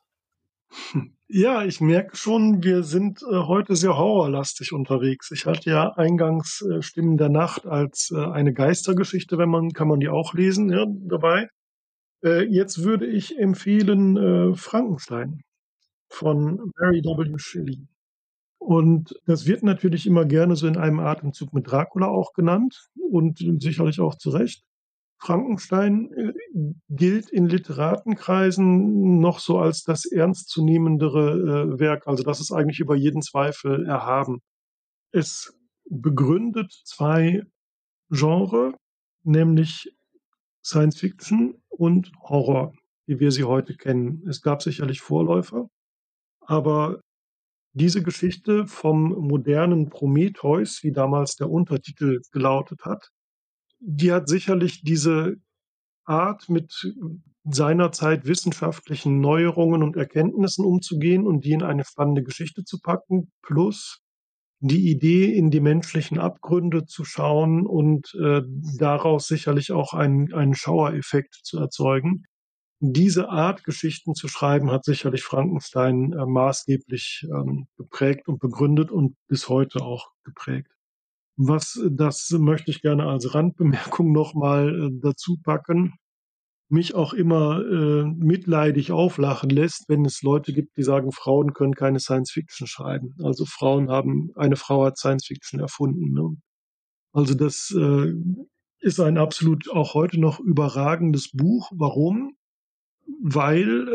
Ja, ich merke schon, wir sind heute sehr horrorlastig unterwegs. Ich hatte ja eingangs Stimmen der Nacht als eine Geistergeschichte, kann man die auch lesen, ja, dabei. Jetzt würde ich empfehlen Frankenstein von Mary W. Shelley. Und das wird natürlich immer gerne so in einem Atemzug mit Dracula auch genannt und sicherlich auch zu Recht. Frankenstein gilt in Literatenkreisen noch so als das ernstzunehmendere Werk. Also das ist eigentlich über jeden Zweifel erhaben. Es begründet zwei Genre, nämlich Science Fiction und Horror, wie wir sie heute kennen. Es gab sicherlich Vorläufer, aber diese Geschichte vom modernen Prometheus, wie damals der Untertitel gelautet hat, die hat sicherlich diese Art, mit seinerzeit wissenschaftlichen Neuerungen und Erkenntnissen umzugehen und die in eine spannende Geschichte zu packen, plus die Idee, in die menschlichen Abgründe zu schauen und daraus sicherlich auch einen Schauereffekt zu erzeugen. Diese Art, Geschichten zu schreiben, hat sicherlich Frankenstein maßgeblich geprägt und begründet und bis heute auch geprägt. Das möchte ich gerne als Randbemerkung nochmal dazu packen. mich auch immer mitleidig auflachen lässt, wenn es Leute gibt, die sagen, Frauen können keine Science Fiction schreiben. Also eine Frau hat Science Fiction erfunden. Ne? Also das ist ein absolut auch heute noch überragendes Buch. Warum? Weil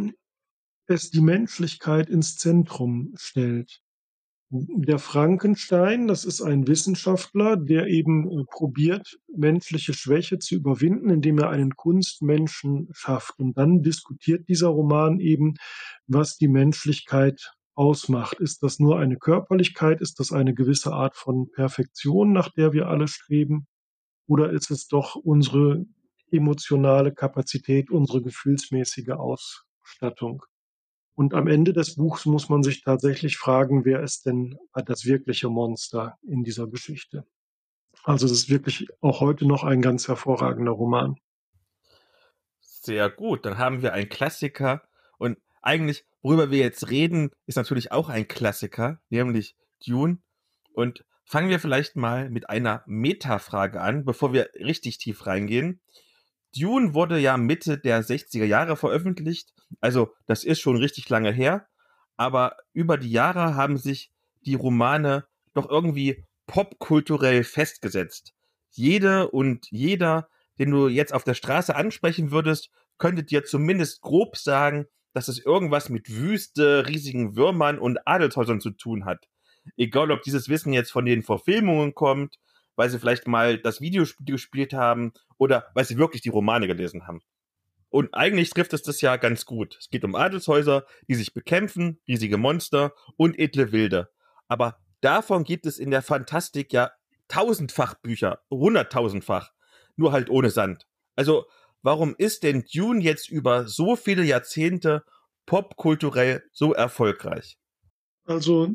es die Menschlichkeit ins Zentrum stellt. Der Frankenstein, das ist ein Wissenschaftler, der eben probiert, menschliche Schwäche zu überwinden, indem er einen Kunstmenschen schafft. Und dann diskutiert dieser Roman eben, was die Menschlichkeit ausmacht. Ist das nur eine Körperlichkeit? Ist das eine gewisse Art von Perfektion, nach der wir alle streben? Oder ist es doch unsere emotionale Kapazität, unsere gefühlsmäßige Ausstattung? Und am Ende des Buchs muss man sich tatsächlich fragen, wer ist denn das wirkliche Monster in dieser Geschichte? Also es ist wirklich auch heute noch ein ganz hervorragender Roman. Sehr gut, dann haben wir einen Klassiker und eigentlich, worüber wir jetzt reden, ist natürlich auch ein Klassiker, nämlich Dune. Und fangen wir vielleicht mal mit einer Metafrage an, bevor wir richtig tief reingehen. Dune wurde ja Mitte der 60er Jahre veröffentlicht, also das ist schon richtig lange her, aber über die Jahre haben sich die Romane doch irgendwie popkulturell festgesetzt. Jede und jeder, den du jetzt auf der Straße ansprechen würdest, könnte dir zumindest grob sagen, dass es irgendwas mit Wüste, riesigen Würmern und Adelshäusern zu tun hat. Egal, ob dieses Wissen jetzt von den Verfilmungen kommt, weil sie vielleicht mal das Videospiel gespielt haben oder weil sie wirklich die Romane gelesen haben. Und eigentlich trifft es das ja ganz gut. Es geht um Adelshäuser, die sich bekämpfen, riesige Monster und edle Wilde. Aber davon gibt es in der Fantastik ja tausendfach Bücher, hunderttausendfach, nur halt ohne Sand. Also warum ist denn Dune jetzt über so viele Jahrzehnte popkulturell so erfolgreich? Also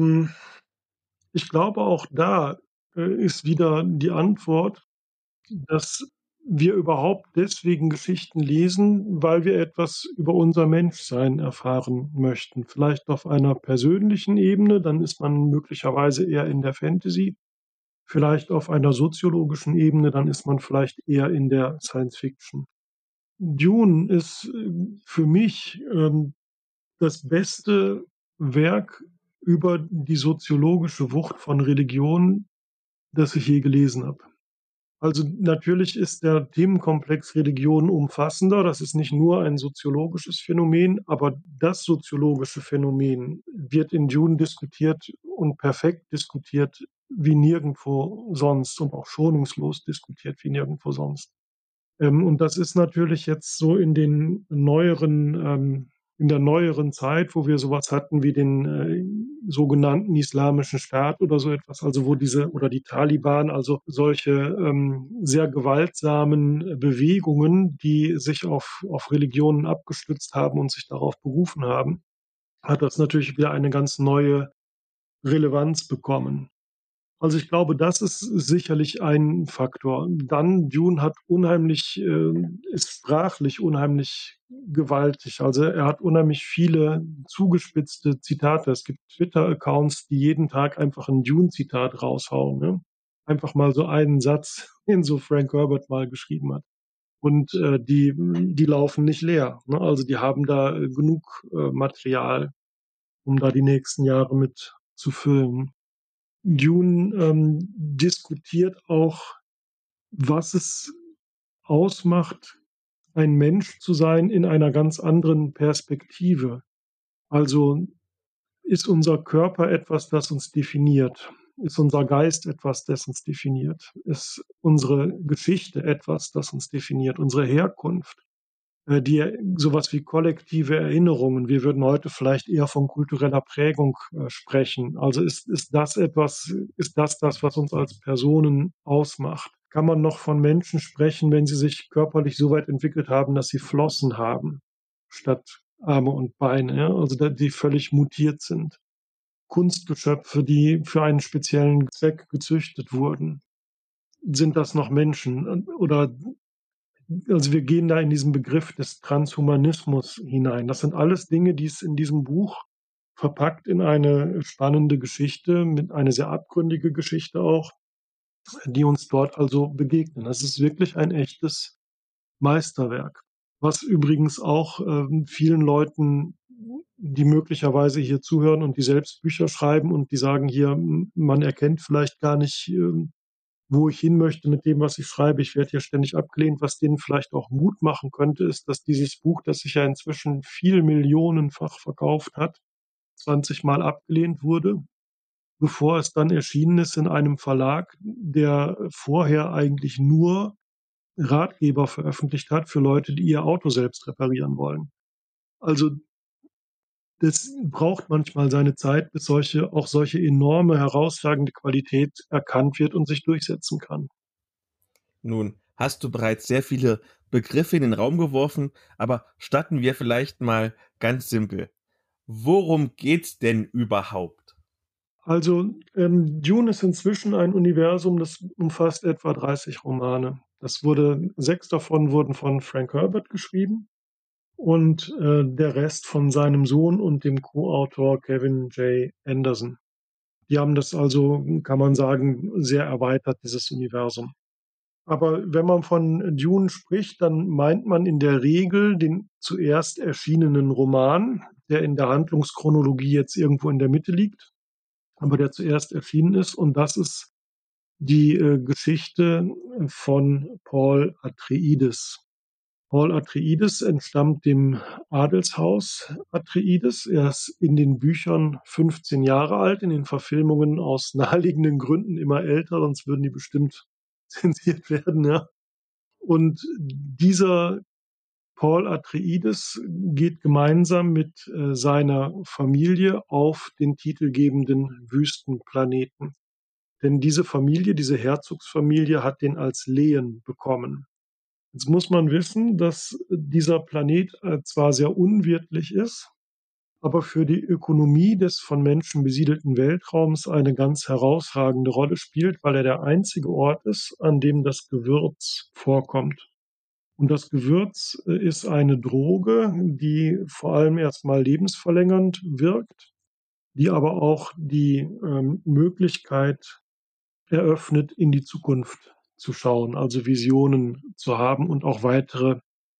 ich glaube, auch da ist wieder die Antwort, dass wir überhaupt deswegen Geschichten lesen, weil wir etwas über unser Menschsein erfahren möchten. Vielleicht auf einer persönlichen Ebene, dann ist man möglicherweise eher in der Fantasy. Vielleicht auf einer soziologischen Ebene, dann ist man vielleicht eher in der Science Fiction. Dune ist für mich das beste Werk über die soziologische Wucht von Religion, das ich je gelesen habe. Also natürlich ist der Themenkomplex Religion umfassender. Das ist nicht nur ein soziologisches Phänomen, aber das soziologische Phänomen wird in Dune diskutiert und perfekt diskutiert wie nirgendwo sonst und auch schonungslos diskutiert wie nirgendwo sonst. Und das ist natürlich jetzt so in der neueren Zeit, wo wir sowas hatten wie den sogenannten Islamischen Staat oder so etwas, also wo oder die Taliban, also solche sehr gewaltsamen Bewegungen, die sich auf Religionen abgestützt haben und sich darauf berufen haben, hat das natürlich wieder eine ganz neue Relevanz bekommen. Also ich glaube, das ist sicherlich ein Faktor. Dann Dune ist sprachlich unheimlich gewaltig. Also er hat unheimlich viele zugespitzte Zitate. Es gibt Twitter-Accounts, die jeden Tag einfach ein Dune-Zitat raushauen. Ne? Einfach mal so einen Satz, den so Frank Herbert mal geschrieben hat. Und die laufen nicht leer. Ne? Also die haben da genug Material, um da die nächsten Jahre mit zu füllen. Dune diskutiert auch, was es ausmacht, ein Mensch zu sein in einer ganz anderen Perspektive. Also ist unser Körper etwas, das uns definiert? Ist unser Geist etwas, das uns definiert? Ist unsere Geschichte etwas, das uns definiert? Unsere Herkunft? Sowas wie kollektive Erinnerungen. Wir würden heute vielleicht eher von kultureller Prägung sprechen. Also ist das, was uns als Personen ausmacht? Kann man noch von Menschen sprechen, wenn sie sich körperlich so weit entwickelt haben, dass sie Flossen haben, statt Arme und Beine, ja? Also die völlig mutiert sind? Kunstgeschöpfe, die für einen speziellen Zweck gezüchtet wurden. Sind das noch Menschen? Oder also wir gehen da in diesen Begriff des Transhumanismus hinein. Das sind alles Dinge, die es in diesem Buch verpackt in eine spannende Geschichte, mit eine sehr abgründige Geschichte auch, die uns dort also begegnen. Das ist wirklich ein echtes Meisterwerk. Was übrigens auch vielen Leuten, die möglicherweise hier zuhören und die selbst Bücher schreiben und die sagen hier, man erkennt vielleicht gar nicht, wo ich hin möchte mit dem, was ich schreibe. Ich werde hier ständig abgelehnt. Was denen vielleicht auch Mut machen könnte, ist, dass dieses Buch, das sich ja inzwischen viel millionenfach verkauft hat, 20 Mal abgelehnt wurde, bevor es dann erschienen ist in einem Verlag, der vorher eigentlich nur Ratgeber veröffentlicht hat für Leute, die ihr Auto selbst reparieren wollen. Also das braucht manchmal seine Zeit, bis solche enorme, herausragende Qualität erkannt wird und sich durchsetzen kann. Nun hast du bereits sehr viele Begriffe in den Raum geworfen, aber starten wir vielleicht mal ganz simpel. Worum geht's denn überhaupt? Also Dune ist inzwischen ein Universum, das umfasst etwa 30 Romane. 6 davon wurden von Frank Herbert geschrieben und der Rest von seinem Sohn und dem Co-Autor Kevin J. Anderson. Die haben das also, kann man sagen, sehr erweitert, dieses Universum. Aber wenn man von Dune spricht, dann meint man in der Regel den zuerst erschienenen Roman, der in der Handlungschronologie jetzt irgendwo in der Mitte liegt, aber der zuerst erschienen ist. Und das ist die Geschichte von Paul Atreides. Paul Atreides entstammt dem Adelshaus Atreides. Er ist in den Büchern 15 Jahre alt, in den Verfilmungen aus naheliegenden Gründen immer älter, sonst würden die bestimmt zensiert werden, ja. Und dieser Paul Atreides geht gemeinsam mit seiner Familie auf den titelgebenden Wüstenplaneten. Denn diese Familie, diese Herzogsfamilie, hat den als Lehen bekommen. Jetzt muss man wissen, dass dieser Planet zwar sehr unwirtlich ist, aber für die Ökonomie des von Menschen besiedelten Weltraums eine ganz herausragende Rolle spielt, weil er der einzige Ort ist, an dem das Gewürz vorkommt. Und das Gewürz ist eine Droge, die vor allem erstmal lebensverlängernd wirkt, die aber auch die Möglichkeit eröffnet, in die Zukunft zu schauen, also Visionen zu haben und auch weitere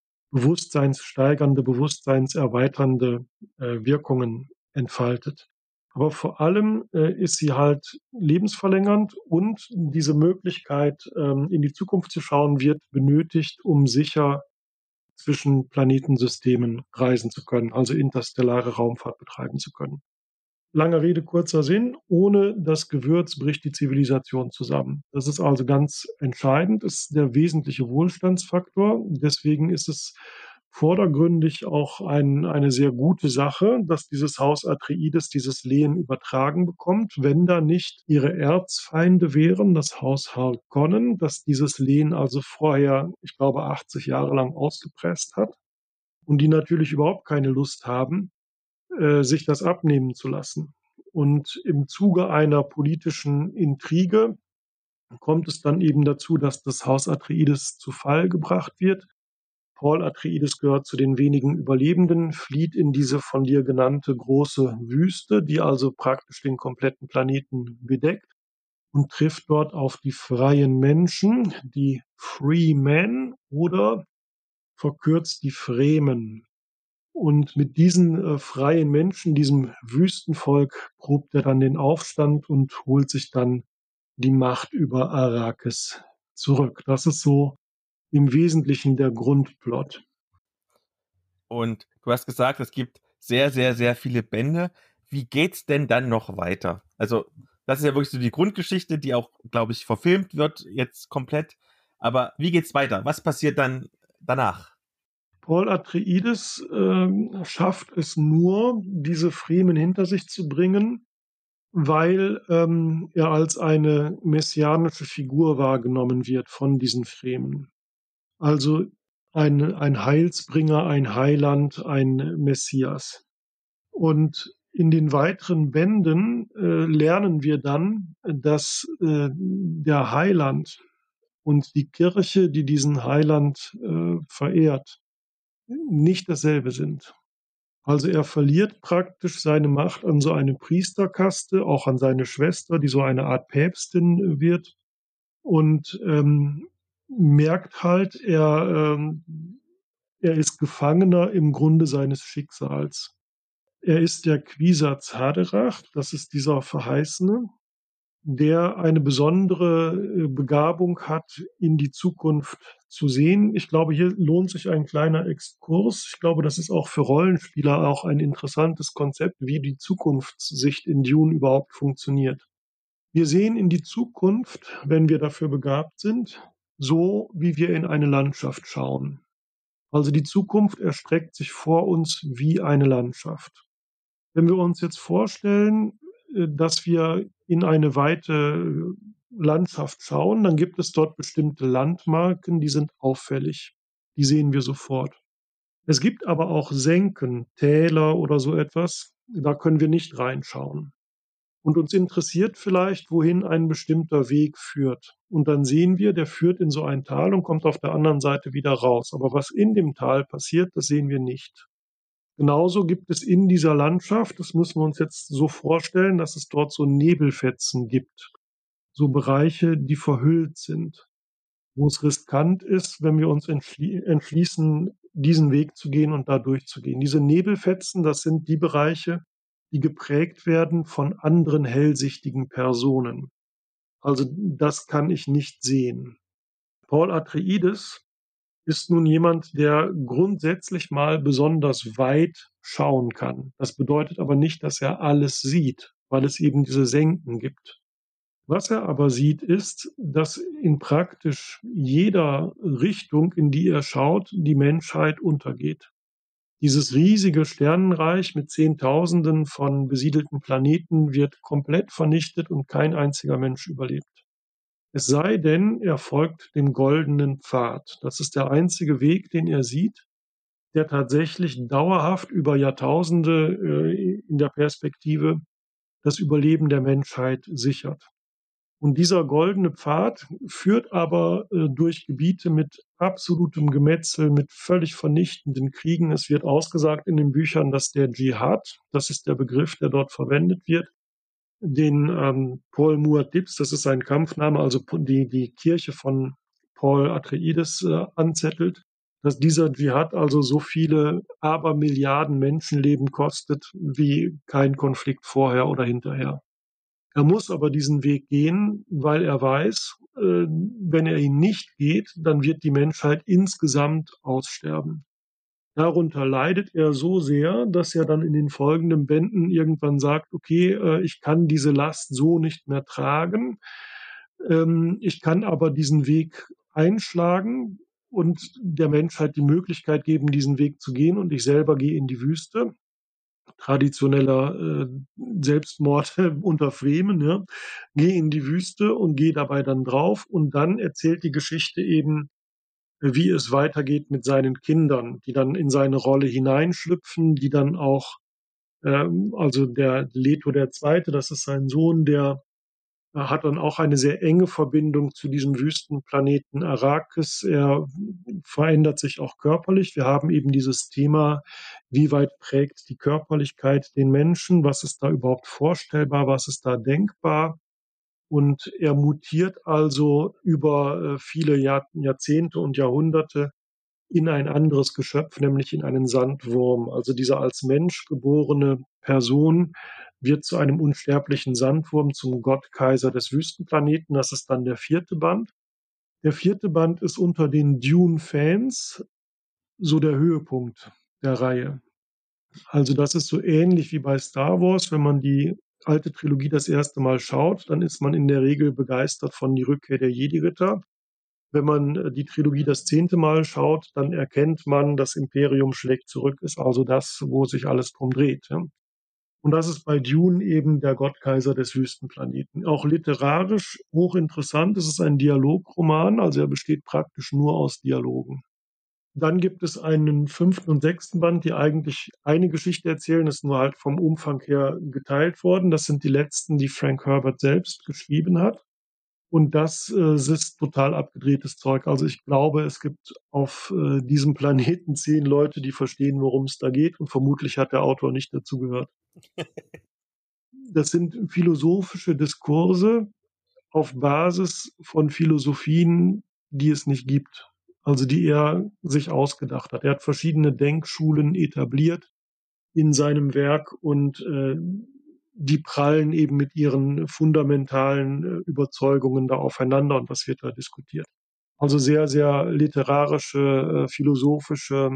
bewusstseinssteigernde, bewusstseinserweiternde Wirkungen entfaltet. Aber vor allem ist sie halt lebensverlängernd und diese Möglichkeit, in die Zukunft zu schauen, wird benötigt, um sicher zwischen Planetensystemen reisen zu können, also interstellare Raumfahrt betreiben zu können. Lange Rede, kurzer Sinn. Ohne das Gewürz bricht die Zivilisation zusammen. Das ist also ganz entscheidend, ist der wesentliche Wohlstandsfaktor. Deswegen ist es vordergründig auch eine sehr gute Sache, dass dieses Haus Atreides dieses Lehen übertragen bekommt, wenn da nicht ihre Erzfeinde wären, das Haus Harkonnen, das dieses Lehen also vorher, ich glaube, 80 Jahre lang ausgepresst hat und die natürlich überhaupt keine Lust haben, sich das abnehmen zu lassen. Und im Zuge einer politischen Intrige kommt es dann eben dazu, dass das Haus Atreides zu Fall gebracht wird. Paul Atreides gehört zu den wenigen Überlebenden, flieht in diese von dir genannte große Wüste, die also praktisch den kompletten Planeten bedeckt, und trifft dort auf die freien Menschen, die Free Men oder verkürzt die Fremen. Und mit diesen freien Menschen, diesem Wüstenvolk, probt er dann den Aufstand und holt sich dann die Macht über Arrakis zurück. Das ist so im Wesentlichen der Grundplot. Und du hast gesagt, es gibt sehr, sehr, sehr viele Bände. Wie geht's denn dann noch weiter? Also, das ist ja wirklich so die Grundgeschichte, die auch, glaube ich, verfilmt wird, jetzt komplett. Aber wie geht's weiter? Was passiert dann danach? Paul Atreides schafft es nur, diese Fremen hinter sich zu bringen, weil er als eine messianische Figur wahrgenommen wird von diesen Fremen. Also ein Heilsbringer, ein Heiland, ein Messias. Und in den weiteren Bänden lernen wir dann, dass der Heiland und die Kirche, die diesen Heiland verehrt, nicht dasselbe sind. Also er verliert praktisch seine Macht an so eine Priesterkaste, auch an seine Schwester, die so eine Art Päpstin wird. Und merkt halt, er ist Gefangener im Grunde seines Schicksals. Er ist der Kwisatz Haderach, das ist dieser Verheißene, der eine besondere Begabung hat, in die Zukunft zu sehen. Ich glaube, hier lohnt sich ein kleiner Exkurs. Ich glaube, das ist auch für Rollenspieler auch ein interessantes Konzept, wie die Zukunftssicht in Dune überhaupt funktioniert. Wir sehen in die Zukunft, wenn wir dafür begabt sind, so wie wir in eine Landschaft schauen. Also die Zukunft erstreckt sich vor uns wie eine Landschaft. Wenn wir uns jetzt vorstellen, dass wir in eine weite Landschaft schauen, dann gibt es dort bestimmte Landmarken, die sind auffällig. Die sehen wir sofort. Es gibt aber auch Senken, Täler oder so etwas, da können wir nicht reinschauen. Und uns interessiert vielleicht, wohin ein bestimmter Weg führt. Und dann sehen wir, der führt in so ein Tal und kommt auf der anderen Seite wieder raus. Aber was in dem Tal passiert, das sehen wir nicht. Genauso gibt es in dieser Landschaft, das müssen wir uns jetzt so vorstellen, dass es dort so Nebelfetzen gibt, so Bereiche, die verhüllt sind, wo es riskant ist, wenn wir uns entschließen, diesen Weg zu gehen und da durchzugehen. Diese Nebelfetzen, das sind die Bereiche, die geprägt werden von anderen hellsichtigen Personen. Also das kann ich nicht sehen. Paul Atreides ist nun jemand, der grundsätzlich mal besonders weit schauen kann. Das bedeutet aber nicht, dass er alles sieht, weil es eben diese Senken gibt. Was er aber sieht, ist, dass in praktisch jeder Richtung, in die er schaut, die Menschheit untergeht. Dieses riesige Sternenreich mit Zehntausenden von besiedelten Planeten wird komplett vernichtet und kein einziger Mensch überlebt. Es sei denn, er folgt dem goldenen Pfad. Das ist der einzige Weg, den er sieht, der tatsächlich dauerhaft über Jahrtausende in der Perspektive das Überleben der Menschheit sichert. Und dieser goldene Pfad führt aber durch Gebiete mit absolutem Gemetzel, mit völlig vernichtenden Kriegen. Es wird ausgesagt in den Büchern, dass der Dschihad, das ist der Begriff, der dort verwendet wird, den Paul Muad'Dibs, das ist sein Kampfname, also die Kirche von Paul Atreides anzettelt, dass dieser Dschihad also so viele Abermilliarden Menschenleben kostet wie kein Konflikt vorher oder hinterher. Er muss aber diesen Weg gehen, weil er weiß, wenn er ihn nicht geht, dann wird die Menschheit insgesamt aussterben. Darunter leidet er so sehr, dass er dann in den folgenden Bänden irgendwann sagt, okay, ich kann diese Last so nicht mehr tragen. Ich kann aber diesen Weg einschlagen und der Menschheit die Möglichkeit geben, diesen Weg zu gehen, und ich selber gehe in die Wüste. Traditioneller Selbstmord unter Fremen, ja. Gehe in die Wüste und gehe dabei dann drauf, und dann erzählt die Geschichte eben, wie es weitergeht mit seinen Kindern, die dann in seine Rolle hineinschlüpfen, die dann auch, also der Leto der Zweite, das ist sein Sohn, der hat dann auch eine sehr enge Verbindung zu diesem Wüstenplaneten Arrakis. Er verändert sich auch körperlich. Wir haben eben dieses Thema, wie weit prägt die Körperlichkeit den Menschen, was ist da überhaupt vorstellbar, was ist da denkbar. Und er mutiert also über viele Jahrzehnte und Jahrhunderte in ein anderes Geschöpf, nämlich in einen Sandwurm. Also diese als Mensch geborene Person wird zu einem unsterblichen Sandwurm, zum Gottkaiser des Wüstenplaneten. Das ist dann der 4. Band. Der 4. Band ist unter den Dune-Fans so der Höhepunkt der Reihe. Also das ist so ähnlich wie bei Star Wars. Wenn man die alte Trilogie das erste Mal schaut, dann ist man in der Regel begeistert von Die Rückkehr der Jedi-Ritter. Wenn man die Trilogie das 10. Mal schaut, dann erkennt man, das Imperium schlägt zurück, ist also das, wo sich alles drum dreht. Ja. Und das ist bei Dune eben der Gottkaiser des Wüstenplaneten. Auch literarisch hochinteressant. Es ist ein Dialogroman, also er besteht praktisch nur aus Dialogen. Dann gibt es einen 5. und 6. Band, die eigentlich eine Geschichte erzählen, ist nur halt vom Umfang her geteilt worden. Das sind die letzten, die Frank Herbert selbst geschrieben hat. Und das ist total abgedrehtes Zeug. Also ich glaube, es gibt auf diesem Planeten 10 Leute, die verstehen, worum es da geht. Und vermutlich hat der Autor nicht dazugehört. Das sind philosophische Diskurse auf Basis von Philosophien, die es nicht gibt, also die er sich ausgedacht hat. Er hat verschiedene Denkschulen etabliert in seinem Werk und die prallen eben mit ihren fundamentalen Überzeugungen da aufeinander und das wird da diskutiert. Also sehr, sehr literarische, philosophische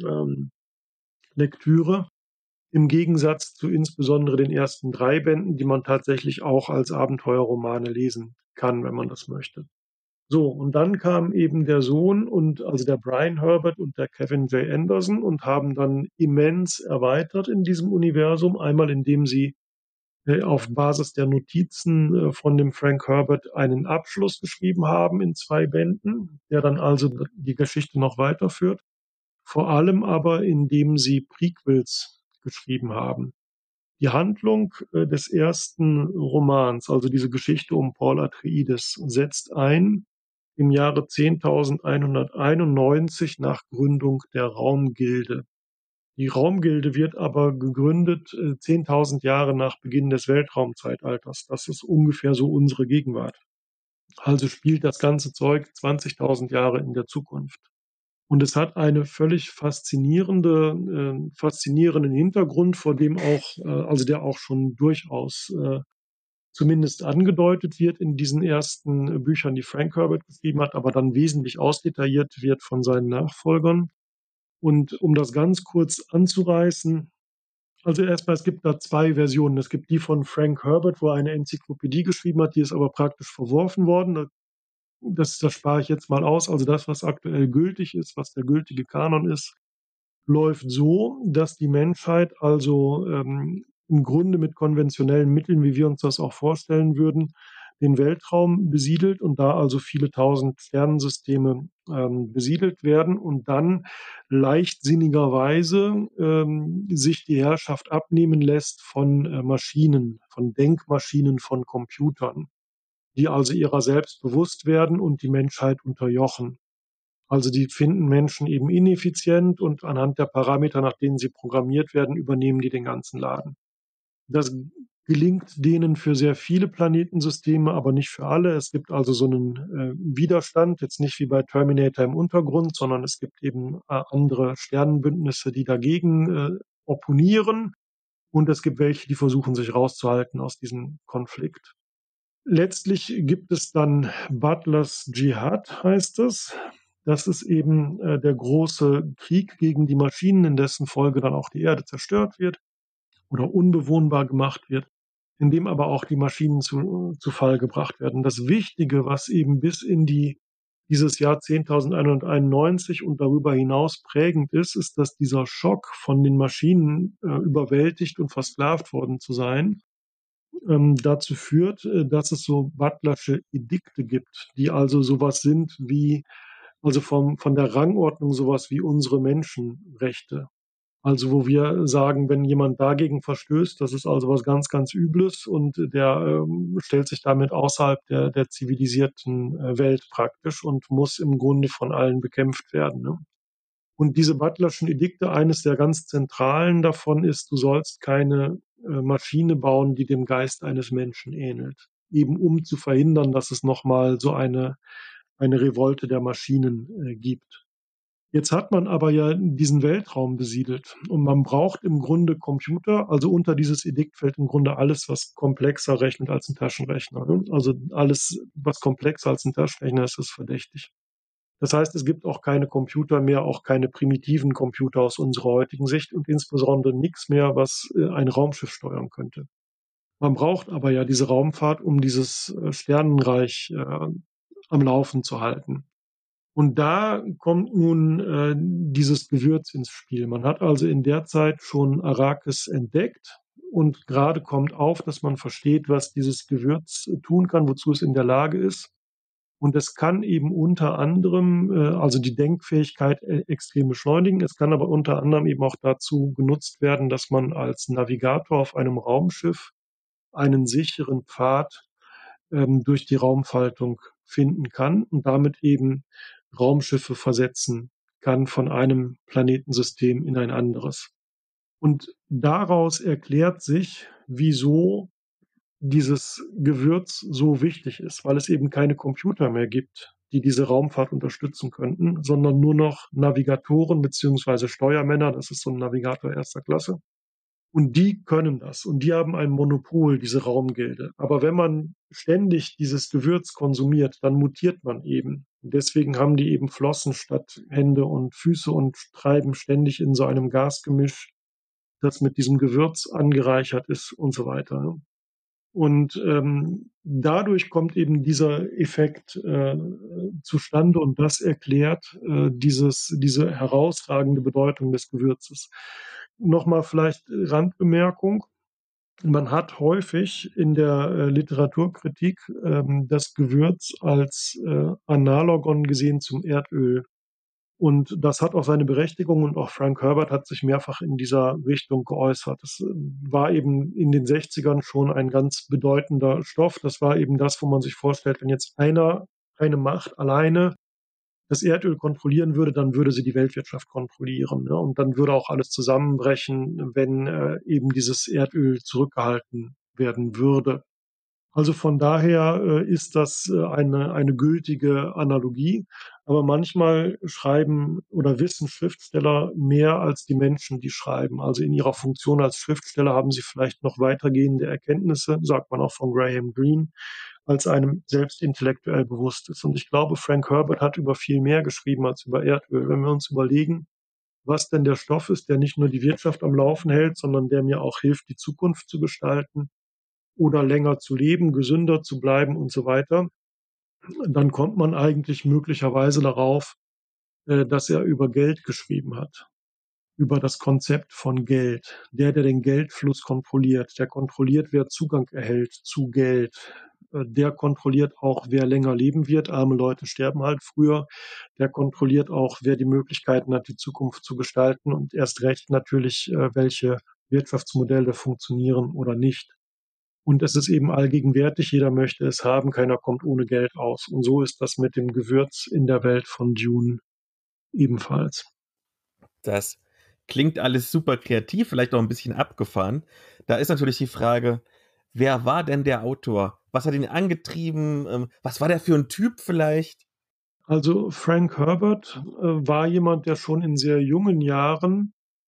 Lektüre im Gegensatz zu insbesondere den ersten 3 Bänden, die man tatsächlich auch als Abenteuerromane lesen kann, wenn man das möchte. So, und dann kam eben der Sohn und also der Brian Herbert und der Kevin J. Anderson und haben dann immens erweitert in diesem Universum. Einmal, indem sie auf Basis der Notizen von dem Frank Herbert einen Abschluss geschrieben haben in 2 Bänden, der dann also die Geschichte noch weiterführt. Vor allem aber, indem sie Prequels geschrieben haben. Die Handlung des ersten Romans, also diese Geschichte um Paul Atreides, setzt ein im Jahre 10.191 nach Gründung der Raumgilde. Die Raumgilde wird aber gegründet 10.000 Jahre nach Beginn des Weltraumzeitalters. Das ist ungefähr so unsere Gegenwart. Also spielt das ganze Zeug 20.000 Jahre in der Zukunft. Und es hat eine völlig faszinierenden Hintergrund, vor dem auch, also der auch schon durchaus zumindest angedeutet wird in diesen ersten Büchern, die Frank Herbert geschrieben hat, aber dann wesentlich ausdetailliert wird von seinen Nachfolgern. Und um das ganz kurz anzureißen, also erstmal, es gibt da 2 Versionen. Es gibt die von Frank Herbert, wo er eine Enzyklopädie geschrieben hat, die ist aber praktisch verworfen worden. Das spare ich jetzt mal aus. Also das, was aktuell gültig ist, was der gültige Kanon ist, läuft so, dass die Menschheit also im Grunde mit konventionellen Mitteln, wie wir uns das auch vorstellen würden, den Weltraum besiedelt und da also viele tausend Sternensysteme besiedelt werden und dann leichtsinnigerweise sich die Herrschaft abnehmen lässt von Maschinen, von Denkmaschinen, von Computern, die also ihrer selbst bewusst werden und die Menschheit unterjochen. Also die finden Menschen eben ineffizient und anhand der Parameter, nach denen sie programmiert werden, übernehmen die den ganzen Laden. Das gelingt denen für sehr viele Planetensysteme, aber nicht für alle. Es gibt also so einen Widerstand, jetzt nicht wie bei Terminator im Untergrund, sondern es gibt eben andere Sternenbündnisse, die dagegen opponieren. Und es gibt welche, die versuchen, sich rauszuhalten aus diesem Konflikt. Letztlich gibt es dann Butlers Dschihad, heißt es. Das ist eben der große Krieg gegen die Maschinen, in dessen Folge dann auch die Erde zerstört wird oder unbewohnbar gemacht wird, in dem aber auch die Maschinen zu Fall gebracht werden. Das Wichtige, was eben bis in dieses Jahr 10.191 und darüber hinaus prägend ist, ist, dass dieser Schock von den Maschinen überwältigt und versklavt worden zu sein, dazu führt, dass es so Butlersche Edikte gibt, die also sowas sind wie, also von der Rangordnung sowas wie unsere Menschenrechte. Also wo wir sagen, wenn jemand dagegen verstößt, das ist also was ganz, ganz Übles und der stellt sich damit außerhalb der zivilisierten Welt praktisch und muss im Grunde von allen bekämpft werden. Ne? Und diese Butlerschen Edikte, eines der ganz zentralen davon ist, du sollst keine Maschine bauen, die dem Geist eines Menschen ähnelt. Eben um zu verhindern, dass es nochmal so eine Revolte der Maschinen gibt. Jetzt hat man aber ja diesen Weltraum besiedelt und man braucht im Grunde Computer, also unter dieses Edikt fällt im Grunde alles, was komplexer rechnet als ein Taschenrechner. Ne? Also alles, was komplexer als ein Taschenrechner ist, ist verdächtig. Das heißt, es gibt auch keine Computer mehr, auch keine primitiven Computer aus unserer heutigen Sicht und insbesondere nichts mehr, was ein Raumschiff steuern könnte. Man braucht aber ja diese Raumfahrt, um dieses Sternenreich am Laufen zu halten. Und da kommt nun dieses Gewürz ins Spiel. Man hat also in der Zeit schon Arrakis entdeckt und gerade kommt auf, dass man versteht, was dieses Gewürz tun kann, wozu es in der Lage ist. Und es kann eben unter anderem, also die Denkfähigkeit extrem beschleunigen. Es kann aber unter anderem eben auch dazu genutzt werden, dass man als Navigator auf einem Raumschiff einen sicheren Pfad durch die Raumfaltung finden kann und damit eben Raumschiffe versetzen kann von einem Planetensystem in ein anderes. Und daraus erklärt sich, wieso dieses Gewürz so wichtig ist, weil es eben keine Computer mehr gibt, die diese Raumfahrt unterstützen könnten, sondern nur noch Navigatoren beziehungsweise Steuermänner. Das ist so ein Navigator erster Klasse. Und die können das. Und die haben ein Monopol, diese Raumgilde. Aber wenn man ständig dieses Gewürz konsumiert, dann mutiert man eben. Und deswegen haben die eben Flossen statt Hände und Füße und treiben ständig in so einem Gasgemisch, das mit diesem Gewürz angereichert ist und so weiter. Und dadurch kommt eben dieser Effekt zustande und das erklärt diese herausragende Bedeutung des Gewürzes. Nochmal vielleicht Randbemerkung. Man hat häufig in der Literaturkritik das Gewürz als Analogon gesehen zum Erdöl. Und das hat auch seine Berechtigung und auch Frank Herbert hat sich mehrfach in dieser Richtung geäußert. Das war eben in den 60ern schon ein ganz bedeutender Stoff. Das war eben das, wo man sich vorstellt, wenn jetzt eine Macht alleine das Erdöl kontrollieren würde, dann würde sie die Weltwirtschaft kontrollieren. Ne? Und dann würde auch alles zusammenbrechen, wenn eben dieses Erdöl zurückgehalten werden würde. Also von daher ist das eine gültige Analogie. Aber manchmal schreiben oder wissen Schriftsteller mehr als die Menschen, die schreiben. Also in ihrer Funktion als Schriftsteller haben sie vielleicht noch weitergehende Erkenntnisse, sagt man auch von Graham Greene, als einem selbst intellektuell bewusst ist. Und ich glaube, Frank Herbert hat über viel mehr geschrieben als über Erdöl. Wenn wir uns überlegen, was denn der Stoff ist, der nicht nur die Wirtschaft am Laufen hält, sondern der mir auch hilft, die Zukunft zu gestalten oder länger zu leben, gesünder zu bleiben und so weiter, dann kommt man eigentlich möglicherweise darauf, dass er über Geld geschrieben hat, über das Konzept von Geld. Der den Geldfluss kontrolliert, der kontrolliert, wer Zugang erhält zu Geld. Der kontrolliert auch, wer länger leben wird. Arme Leute sterben halt früher. Der kontrolliert auch, wer die Möglichkeiten hat, die Zukunft zu gestalten und erst recht natürlich, welche Wirtschaftsmodelle funktionieren oder nicht. Und es ist eben allgegenwärtig, jeder möchte es haben, keiner kommt ohne Geld aus. Und so ist das mit dem Gewürz in der Welt von Dune ebenfalls. Das klingt alles super kreativ, vielleicht auch ein bisschen abgefahren. Da ist natürlich die Frage, wer war denn der Autor? Was hat ihn angetrieben? Was war der für ein Typ vielleicht? Also Frank Herbert war jemand, der schon in sehr jungen Jahren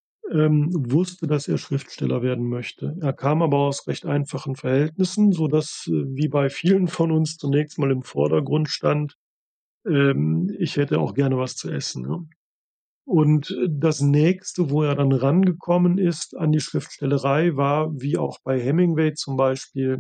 wusste, dass er Schriftsteller werden möchte. Er kam aber aus recht einfachen Verhältnissen, sodass wie bei vielen von uns zunächst mal im Vordergrund stand, ich hätte auch gerne was zu essen. Ne? Und das Nächste, wo er dann rangekommen ist an die Schriftstellerei, war, wie auch bei Hemingway zum Beispiel,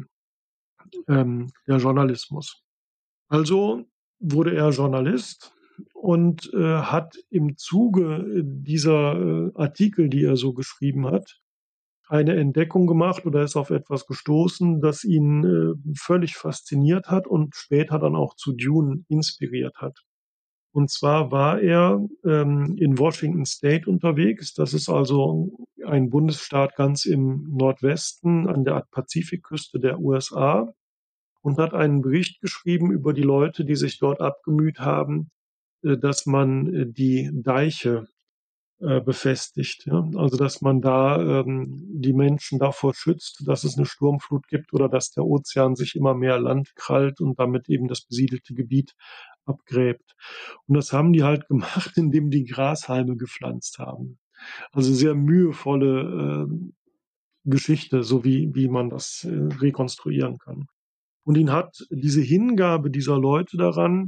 der Journalismus. Also wurde er Journalist und hat im Zuge dieser Artikel, die er so geschrieben hat, eine Entdeckung gemacht oder ist auf etwas gestoßen, das ihn völlig fasziniert hat und später dann auch zu Dune inspiriert hat. Und zwar war er in Washington State unterwegs. Das ist also ein Bundesstaat ganz im Nordwesten an der Pazifikküste der USA und hat einen Bericht geschrieben über die Leute, die sich dort abgemüht haben, dass man die Deiche befestigt. Ja? Also dass man da die Menschen davor schützt, dass es eine Sturmflut gibt oder dass der Ozean sich immer mehr Land krallt und damit eben das besiedelte Gebiet abgräbt. Und das haben die halt gemacht, indem die Grashalme gepflanzt haben. Also sehr mühevolle Geschichte, so wie man das rekonstruieren kann. Und ihn hat diese Hingabe dieser Leute daran,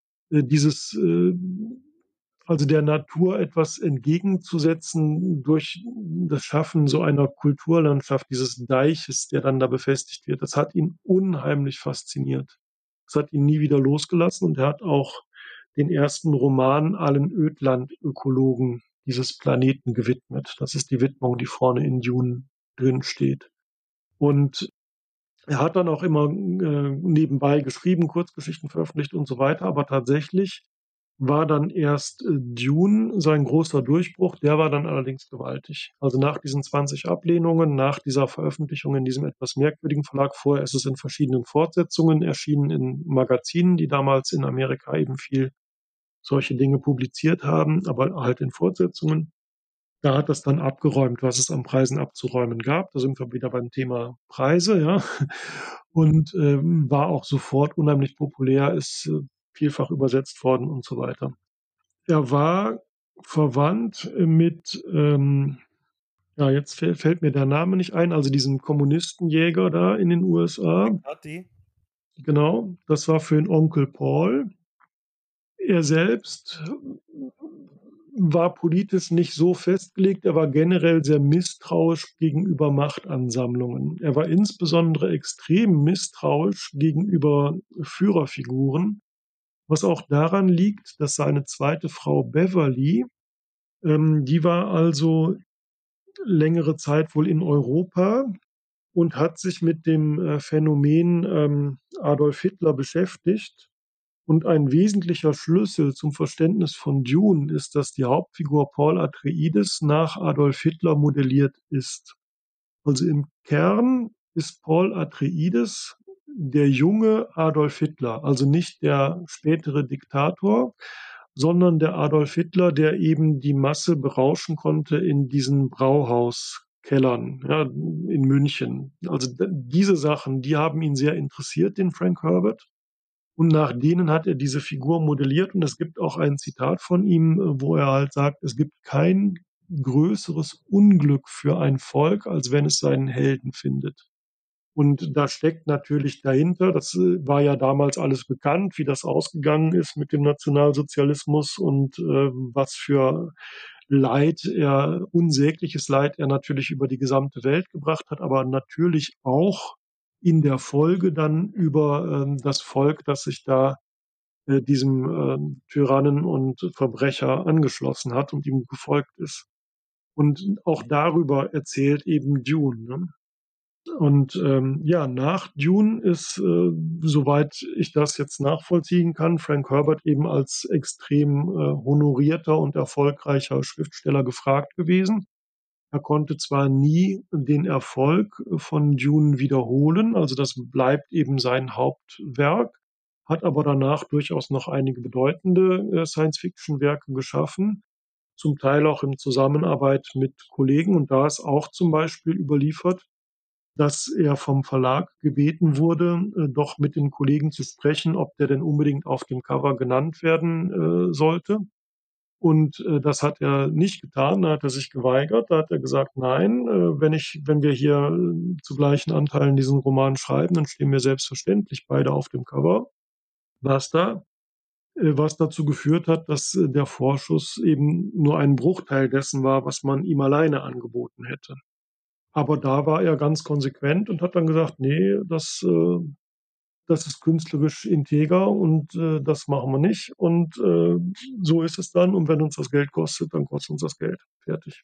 also der Natur etwas entgegenzusetzen durch das Schaffen so einer Kulturlandschaft, dieses Deiches, der dann da befestigt wird. Das hat ihn unheimlich fasziniert. Das hat ihn nie wieder losgelassen und er hat auch den ersten Roman allen Ödlandökologen dieses Planeten gewidmet. Das ist die Widmung, die vorne in Dune drin steht. Und er hat dann auch immer nebenbei geschrieben, Kurzgeschichten veröffentlicht und so weiter, aber tatsächlich war dann erst Dune sein großer Durchbruch, der war dann allerdings gewaltig. Also nach diesen 20 Ablehnungen, nach dieser Veröffentlichung in diesem etwas merkwürdigen Verlag, vorher ist es in verschiedenen Fortsetzungen erschienen, in Magazinen, die damals in Amerika eben viel solche Dinge publiziert haben, aber halt in Fortsetzungen. Da hat das dann abgeräumt, was es an Preisen abzuräumen gab. Da sind wir wieder beim Thema Preise, ja. Und war auch sofort unheimlich populär, ist vielfach übersetzt worden und so weiter. Er war verwandt mit, ja, jetzt fällt mir der Name nicht ein, also diesem Kommunistenjäger da in den USA. McCarthy? Genau, das war für ihn Onkel Paul. Er selbst war politisch nicht so festgelegt, er war generell sehr misstrauisch gegenüber Machtansammlungen. Er war insbesondere extrem misstrauisch gegenüber Führerfiguren, was auch daran liegt, dass seine zweite Frau Beverly, die war also längere Zeit wohl in Europa und hat sich mit dem Phänomen Adolf Hitler beschäftigt. Und ein wesentlicher Schlüssel zum Verständnis von Dune ist, dass die Hauptfigur Paul Atreides nach Adolf Hitler modelliert ist. Also im Kern ist Paul Atreides der junge Adolf Hitler, also nicht der spätere Diktator, sondern der Adolf Hitler, der eben die Masse berauschen konnte in diesen Brauhauskellern, ja, in München. Also diese Sachen, die haben ihn sehr interessiert, den Frank Herbert. Und nach denen hat er diese Figur modelliert. Und es gibt auch ein Zitat von ihm, wo er halt sagt, es gibt kein größeres Unglück für ein Volk, als wenn es seinen Helden findet. Und da steckt natürlich dahinter, das war ja damals alles bekannt, wie das ausgegangen ist mit dem Nationalsozialismus und was für Leid er, unsägliches Leid er natürlich über die gesamte Welt gebracht hat, aber natürlich auch in der Folge dann über das Volk, das sich da diesem Tyrannen und Verbrecher angeschlossen hat und ihm gefolgt ist. Und auch darüber erzählt eben Dune. Ne? Und ja, nach Dune ist, soweit ich das jetzt nachvollziehen kann, Frank Herbert eben als extrem honorierter und erfolgreicher Schriftsteller gefragt gewesen. Er konnte zwar nie den Erfolg von Dune wiederholen, also das bleibt eben sein Hauptwerk, hat aber danach durchaus noch einige bedeutende Science-Fiction-Werke geschaffen, zum Teil auch in Zusammenarbeit mit Kollegen. Und da ist auch zum Beispiel überliefert, dass er vom Verlag gebeten wurde, doch mit den Kollegen zu sprechen, ob der denn unbedingt auf dem Cover genannt werden sollte. Und das hat er nicht getan, da hat er sich geweigert, da hat er gesagt, nein, wenn wir hier zu gleichen Anteilen diesen Roman schreiben, dann stehen wir selbstverständlich beide auf dem Cover. Was da, was dazu geführt hat, dass der Vorschuss eben nur ein Bruchteil dessen war, was man ihm alleine angeboten hätte. Aber da war er ganz konsequent und hat dann gesagt, nee, das ist künstlerisch integer und das machen wir nicht. Und so ist es dann. Und wenn uns das Geld kostet, dann kostet uns das Geld. Fertig.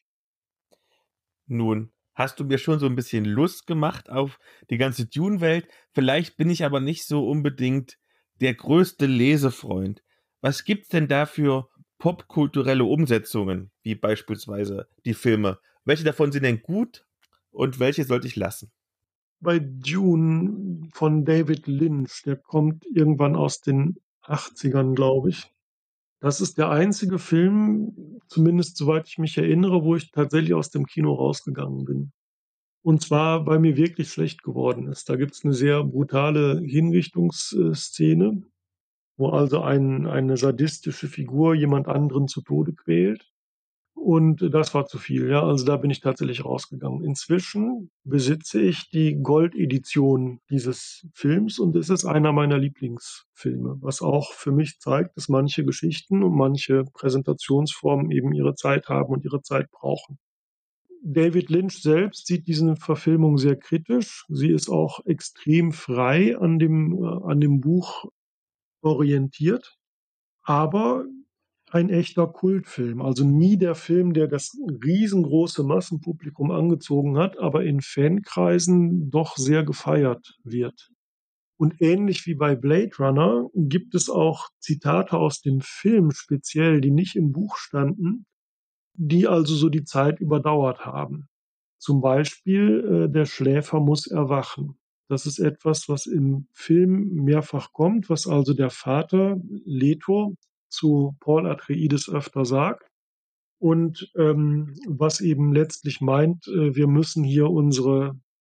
Nun, hast du mir schon so ein bisschen Lust gemacht auf die ganze Dune-Welt. Vielleicht bin ich aber nicht so unbedingt der größte Lesefreund. Was gibt's denn da für popkulturelle Umsetzungen, wie beispielsweise die Filme? Welche davon sind denn gut und welche sollte ich lassen? Bei Dune von David Lynch, der kommt irgendwann aus den 80ern, glaube ich. Das ist der einzige Film, zumindest soweit ich mich erinnere, wo ich tatsächlich aus dem Kino rausgegangen bin. Und zwar, weil mir wirklich schlecht geworden ist. Da gibt's eine sehr brutale Hinrichtungsszene, wo also eine sadistische Figur jemand anderen zu Tode quält. Und das war zu viel, ja. Also da bin ich tatsächlich rausgegangen. Inzwischen besitze ich die Goldedition dieses Films und es ist einer meiner Lieblingsfilme, was auch für mich zeigt, dass manche Geschichten und manche Präsentationsformen eben ihre Zeit haben und ihre Zeit brauchen. David Lynch selbst sieht diese Verfilmung sehr kritisch. Sie ist auch extrem frei an dem Buch orientiert, aber ein echter Kultfilm. Also nie der Film, der das riesengroße Massenpublikum angezogen hat, aber in Fankreisen doch sehr gefeiert wird. Und ähnlich wie bei Blade Runner gibt es auch Zitate aus dem Film speziell, die nicht im Buch standen, die also so die Zeit überdauert haben. Zum Beispiel, der Schläfer muss erwachen. Das ist etwas, was im Film mehrfach kommt, was also der Vater Leto zu Paul Atreides öfter sagt und was eben letztlich meint, wir müssen hier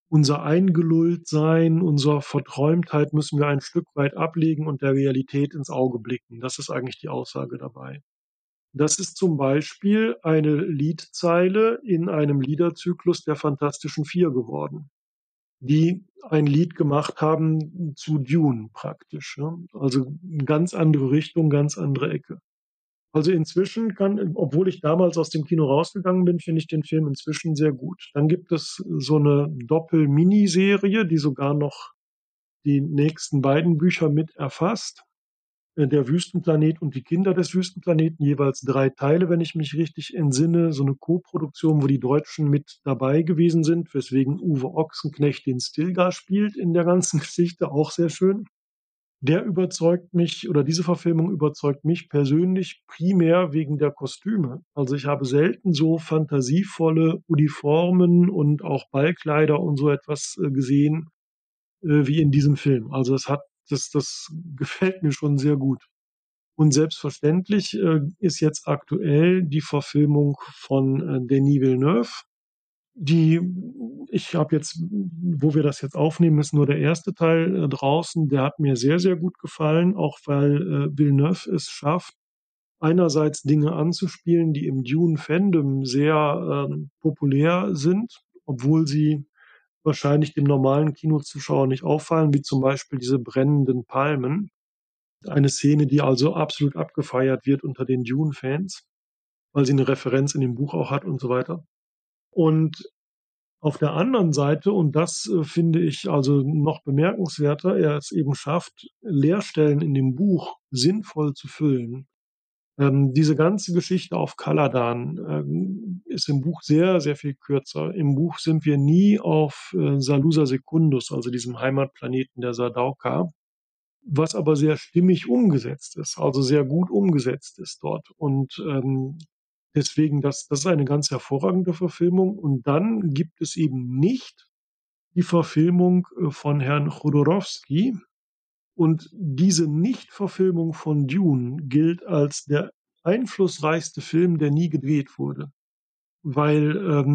unser Eingelulltsein, unsere Verträumtheit müssen wir ein Stück weit ablegen und der Realität ins Auge blicken. Das ist eigentlich die Aussage dabei. Das ist zum Beispiel eine Liedzeile in einem Liederzyklus der Fantastischen Vier geworden, die ein Lied gemacht haben zu Dune praktisch. Ja? Also eine ganz andere Richtung, ganz andere Ecke. Also inzwischen obwohl ich damals aus dem Kino rausgegangen bin, finde ich den Film inzwischen sehr gut. Dann gibt es so eine Doppel-Miniserie, die sogar noch die nächsten beiden Bücher mit erfasst. Der Wüstenplanet und die Kinder des Wüstenplaneten, jeweils 3 Teile, wenn ich mich richtig entsinne. So eine Co-Produktion, wo die Deutschen mit dabei gewesen sind, weswegen Uwe Ochsenknecht den Stilgar spielt in der ganzen Geschichte, auch sehr schön. Der überzeugt mich oder diese Verfilmung überzeugt mich persönlich primär wegen der Kostüme. Also ich habe selten so fantasievolle Uniformen und auch Ballkleider und so etwas gesehen wie in diesem Film. Also das gefällt mir schon sehr gut. Und selbstverständlich ist jetzt aktuell die Verfilmung von Denis Villeneuve. Die, ich habe jetzt, wo wir das jetzt aufnehmen, ist nur der erste Teil draußen. Der hat mir sehr, sehr gut gefallen, auch weil Villeneuve es schafft, einerseits Dinge anzuspielen, die im Dune-Fandom sehr populär sind, obwohl sie wahrscheinlich dem normalen Kinozuschauer nicht auffallen, wie zum Beispiel diese brennenden Palmen. Eine Szene, die also absolut abgefeiert wird unter den Dune-Fans, weil sie eine Referenz in dem Buch auch hat und so weiter. Und auf der anderen Seite, und das finde ich also noch bemerkenswerter, er es eben schafft, Leerstellen in dem Buch sinnvoll zu füllen. Diese ganze Geschichte auf Caladan ist im Buch sehr, sehr viel kürzer. Im Buch sind wir nie auf Salusa Secundus, also diesem Heimatplaneten der Sardaukar, was aber sehr stimmig umgesetzt ist, also sehr gut umgesetzt ist dort. Und deswegen, das ist eine ganz hervorragende Verfilmung. Und dann gibt es eben nicht die Verfilmung von Herrn Chodorowski. Und diese Nichtverfilmung von Dune gilt als der einflussreichste Film, der nie gedreht wurde. Weil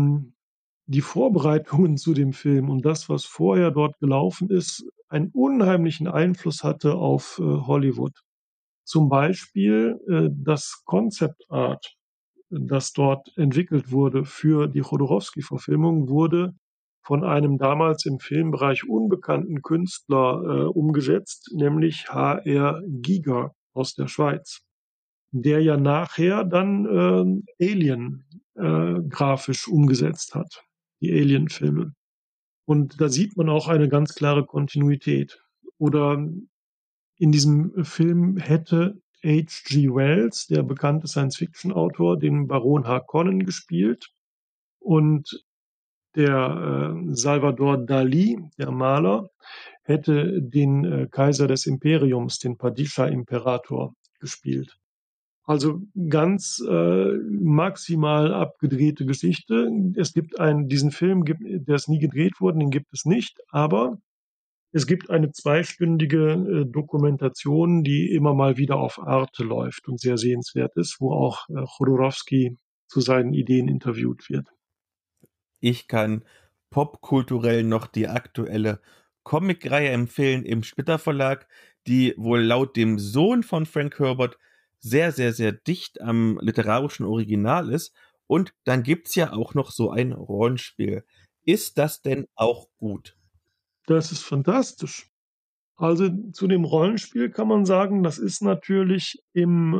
die Vorbereitungen zu dem Film und das, was vorher dort gelaufen ist, einen unheimlichen Einfluss hatte auf Hollywood. Zum Beispiel das Concept Art, das dort entwickelt wurde für die Chodorowski-Verfilmung, wurde von einem damals im Filmbereich unbekannten Künstler umgesetzt, nämlich H.R. Giger aus der Schweiz, der ja nachher dann Alien grafisch umgesetzt hat, die Alien-Filme. Und da sieht man auch eine ganz klare Kontinuität. Oder in diesem Film hätte H.G. Wells, der bekannte Science-Fiction-Autor, den Baron Harkonnen gespielt und der Salvador Dalí, der Maler, hätte den Kaiser des Imperiums, den Padischa-Imperator, gespielt. Also ganz maximal abgedrehte Geschichte. Es gibt diesen Film, der ist nie gedreht worden, den gibt es nicht, aber es gibt eine 2-stündige Dokumentation, die immer mal wieder auf Arte läuft und sehr sehenswert ist, wo auch Chodorowski zu seinen Ideen interviewt wird. Ich kann popkulturell noch die aktuelle Comicreihe empfehlen im Splitter Verlag, die wohl laut dem Sohn von Frank Herbert sehr, sehr, sehr dicht am literarischen Original ist. Und dann gibt's ja auch noch so ein Rollenspiel. Ist das denn auch gut? Das ist fantastisch. Also zu dem Rollenspiel kann man sagen, das ist natürlich im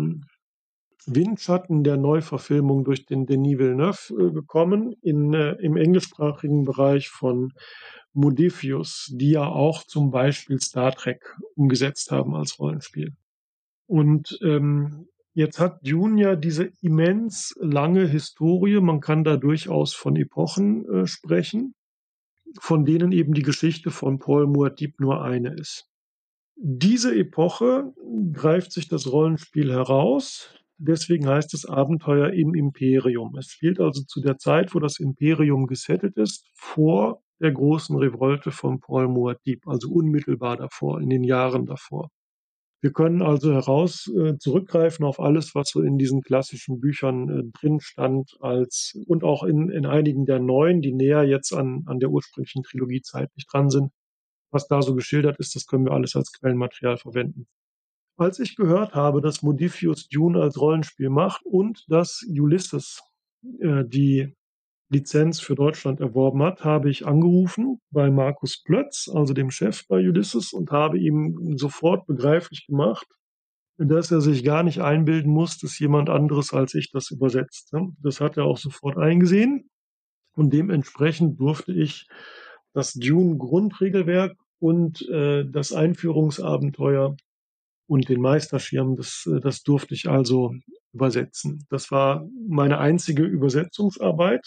Windschatten der Neuverfilmung durch den Denis Villeneuve gekommen, im englischsprachigen Bereich von Modiphius, die ja auch zum Beispiel Star Trek umgesetzt haben als Rollenspiel. Und jetzt hat Dune ja diese immens lange Historie, man kann da durchaus von Epochen sprechen, von denen eben die Geschichte von Paul Muad'Dib nur eine ist. Diese Epoche greift sich das Rollenspiel heraus. Deswegen heißt es Abenteuer im Imperium. Es spielt also zu der Zeit, wo das Imperium gesettelt ist, vor der großen Revolte von Paul Muad'Dib, also unmittelbar davor, in den Jahren davor. Wir können also zurückgreifen auf alles, was so in diesen klassischen Büchern drin stand, und auch in einigen der neuen, die näher jetzt an der ursprünglichen Trilogie zeitlich dran sind. Was da so geschildert ist, das können wir alles als Quellenmaterial verwenden. Als ich gehört habe, dass Modiphius Dune als Rollenspiel macht und dass Ulysses die Lizenz für Deutschland erworben hat, habe ich angerufen bei Markus Plötz, also dem Chef bei Ulysses, und habe ihm sofort begreiflich gemacht, dass er sich gar nicht einbilden muss, dass jemand anderes als ich das übersetzt. Das hat er auch sofort eingesehen und dementsprechend durfte ich das Dune-Grundregelwerk und das Einführungsabenteuer und den Meisterschirm, das durfte ich also übersetzen. Das war meine einzige Übersetzungsarbeit,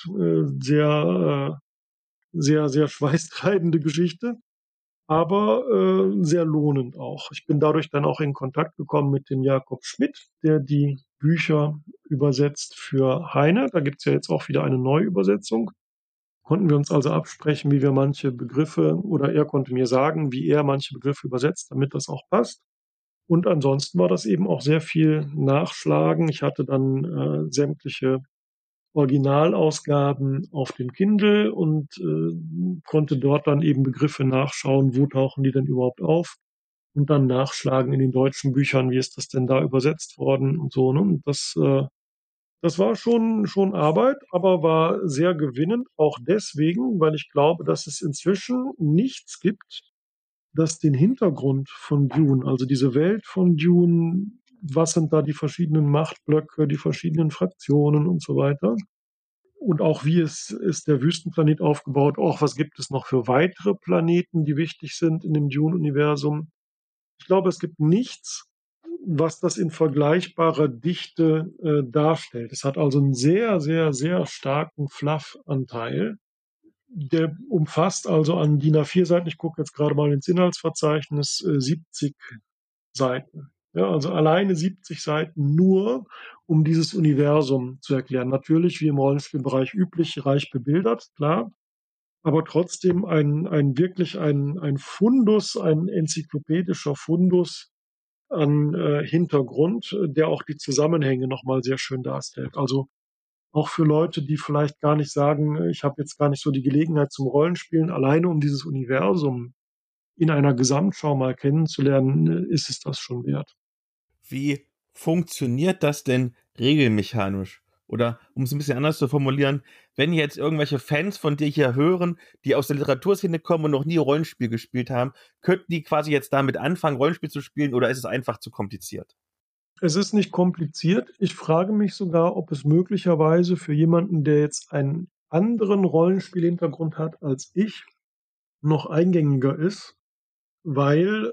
sehr, sehr schweißtreibende Geschichte, aber sehr lohnend auch. Ich bin dadurch dann auch in Kontakt gekommen mit dem Jakob Schmidt, der die Bücher übersetzt für Heine. Da gibt es ja jetzt auch wieder eine Neuübersetzung. Konnten wir uns also absprechen, wie wir manche Begriffe, oder er konnte mir sagen, wie er manche Begriffe übersetzt, damit das auch passt. Und ansonsten war das eben auch sehr viel Nachschlagen. Ich hatte dann sämtliche Originalausgaben auf dem Kindle und konnte dort dann eben Begriffe nachschauen, wo tauchen die denn überhaupt auf, und dann nachschlagen in den deutschen Büchern, wie ist das denn da übersetzt worden und so. Ne? Und das war schon Arbeit, aber war sehr gewinnend, auch deswegen, weil ich glaube, dass es inzwischen nichts gibt, das den Hintergrund von Dune, also diese Welt von Dune, was sind da die verschiedenen Machtblöcke, die verschiedenen Fraktionen und so weiter. Und auch wie ist der Wüstenplanet aufgebaut, auch was gibt es noch für weitere Planeten, die wichtig sind in dem Dune-Universum. Ich glaube, es gibt nichts, was das in vergleichbarer Dichte darstellt. Es hat also einen sehr, sehr, sehr starken Fluff-Anteil. Der umfasst also an DIN A4-Seiten, ich gucke jetzt gerade mal ins Inhaltsverzeichnis, 70 Seiten. Ja, also alleine 70 Seiten nur, um dieses Universum zu erklären. Natürlich, wie im Rollenspielbereich üblich, reich bebildert, klar, aber trotzdem ein Fundus, ein enzyklopädischer Fundus an Hintergrund, der auch die Zusammenhänge nochmal sehr schön darstellt. Also auch für Leute, die vielleicht gar nicht sagen, ich habe jetzt gar nicht so die Gelegenheit zum Rollenspielen, alleine um dieses Universum in einer Gesamtschau mal kennenzulernen, ist es das schon wert. Wie funktioniert das denn regelmechanisch? Oder um es ein bisschen anders zu formulieren, wenn jetzt irgendwelche Fans von dir hier hören, die aus der Literaturszene kommen und noch nie Rollenspiel gespielt haben, könnten die quasi jetzt damit anfangen, Rollenspiel zu spielen, oder ist es einfach zu kompliziert? Es ist nicht kompliziert. Ich frage mich sogar, ob es möglicherweise für jemanden, der jetzt einen anderen Rollenspielhintergrund hat als ich, noch eingängiger ist, weil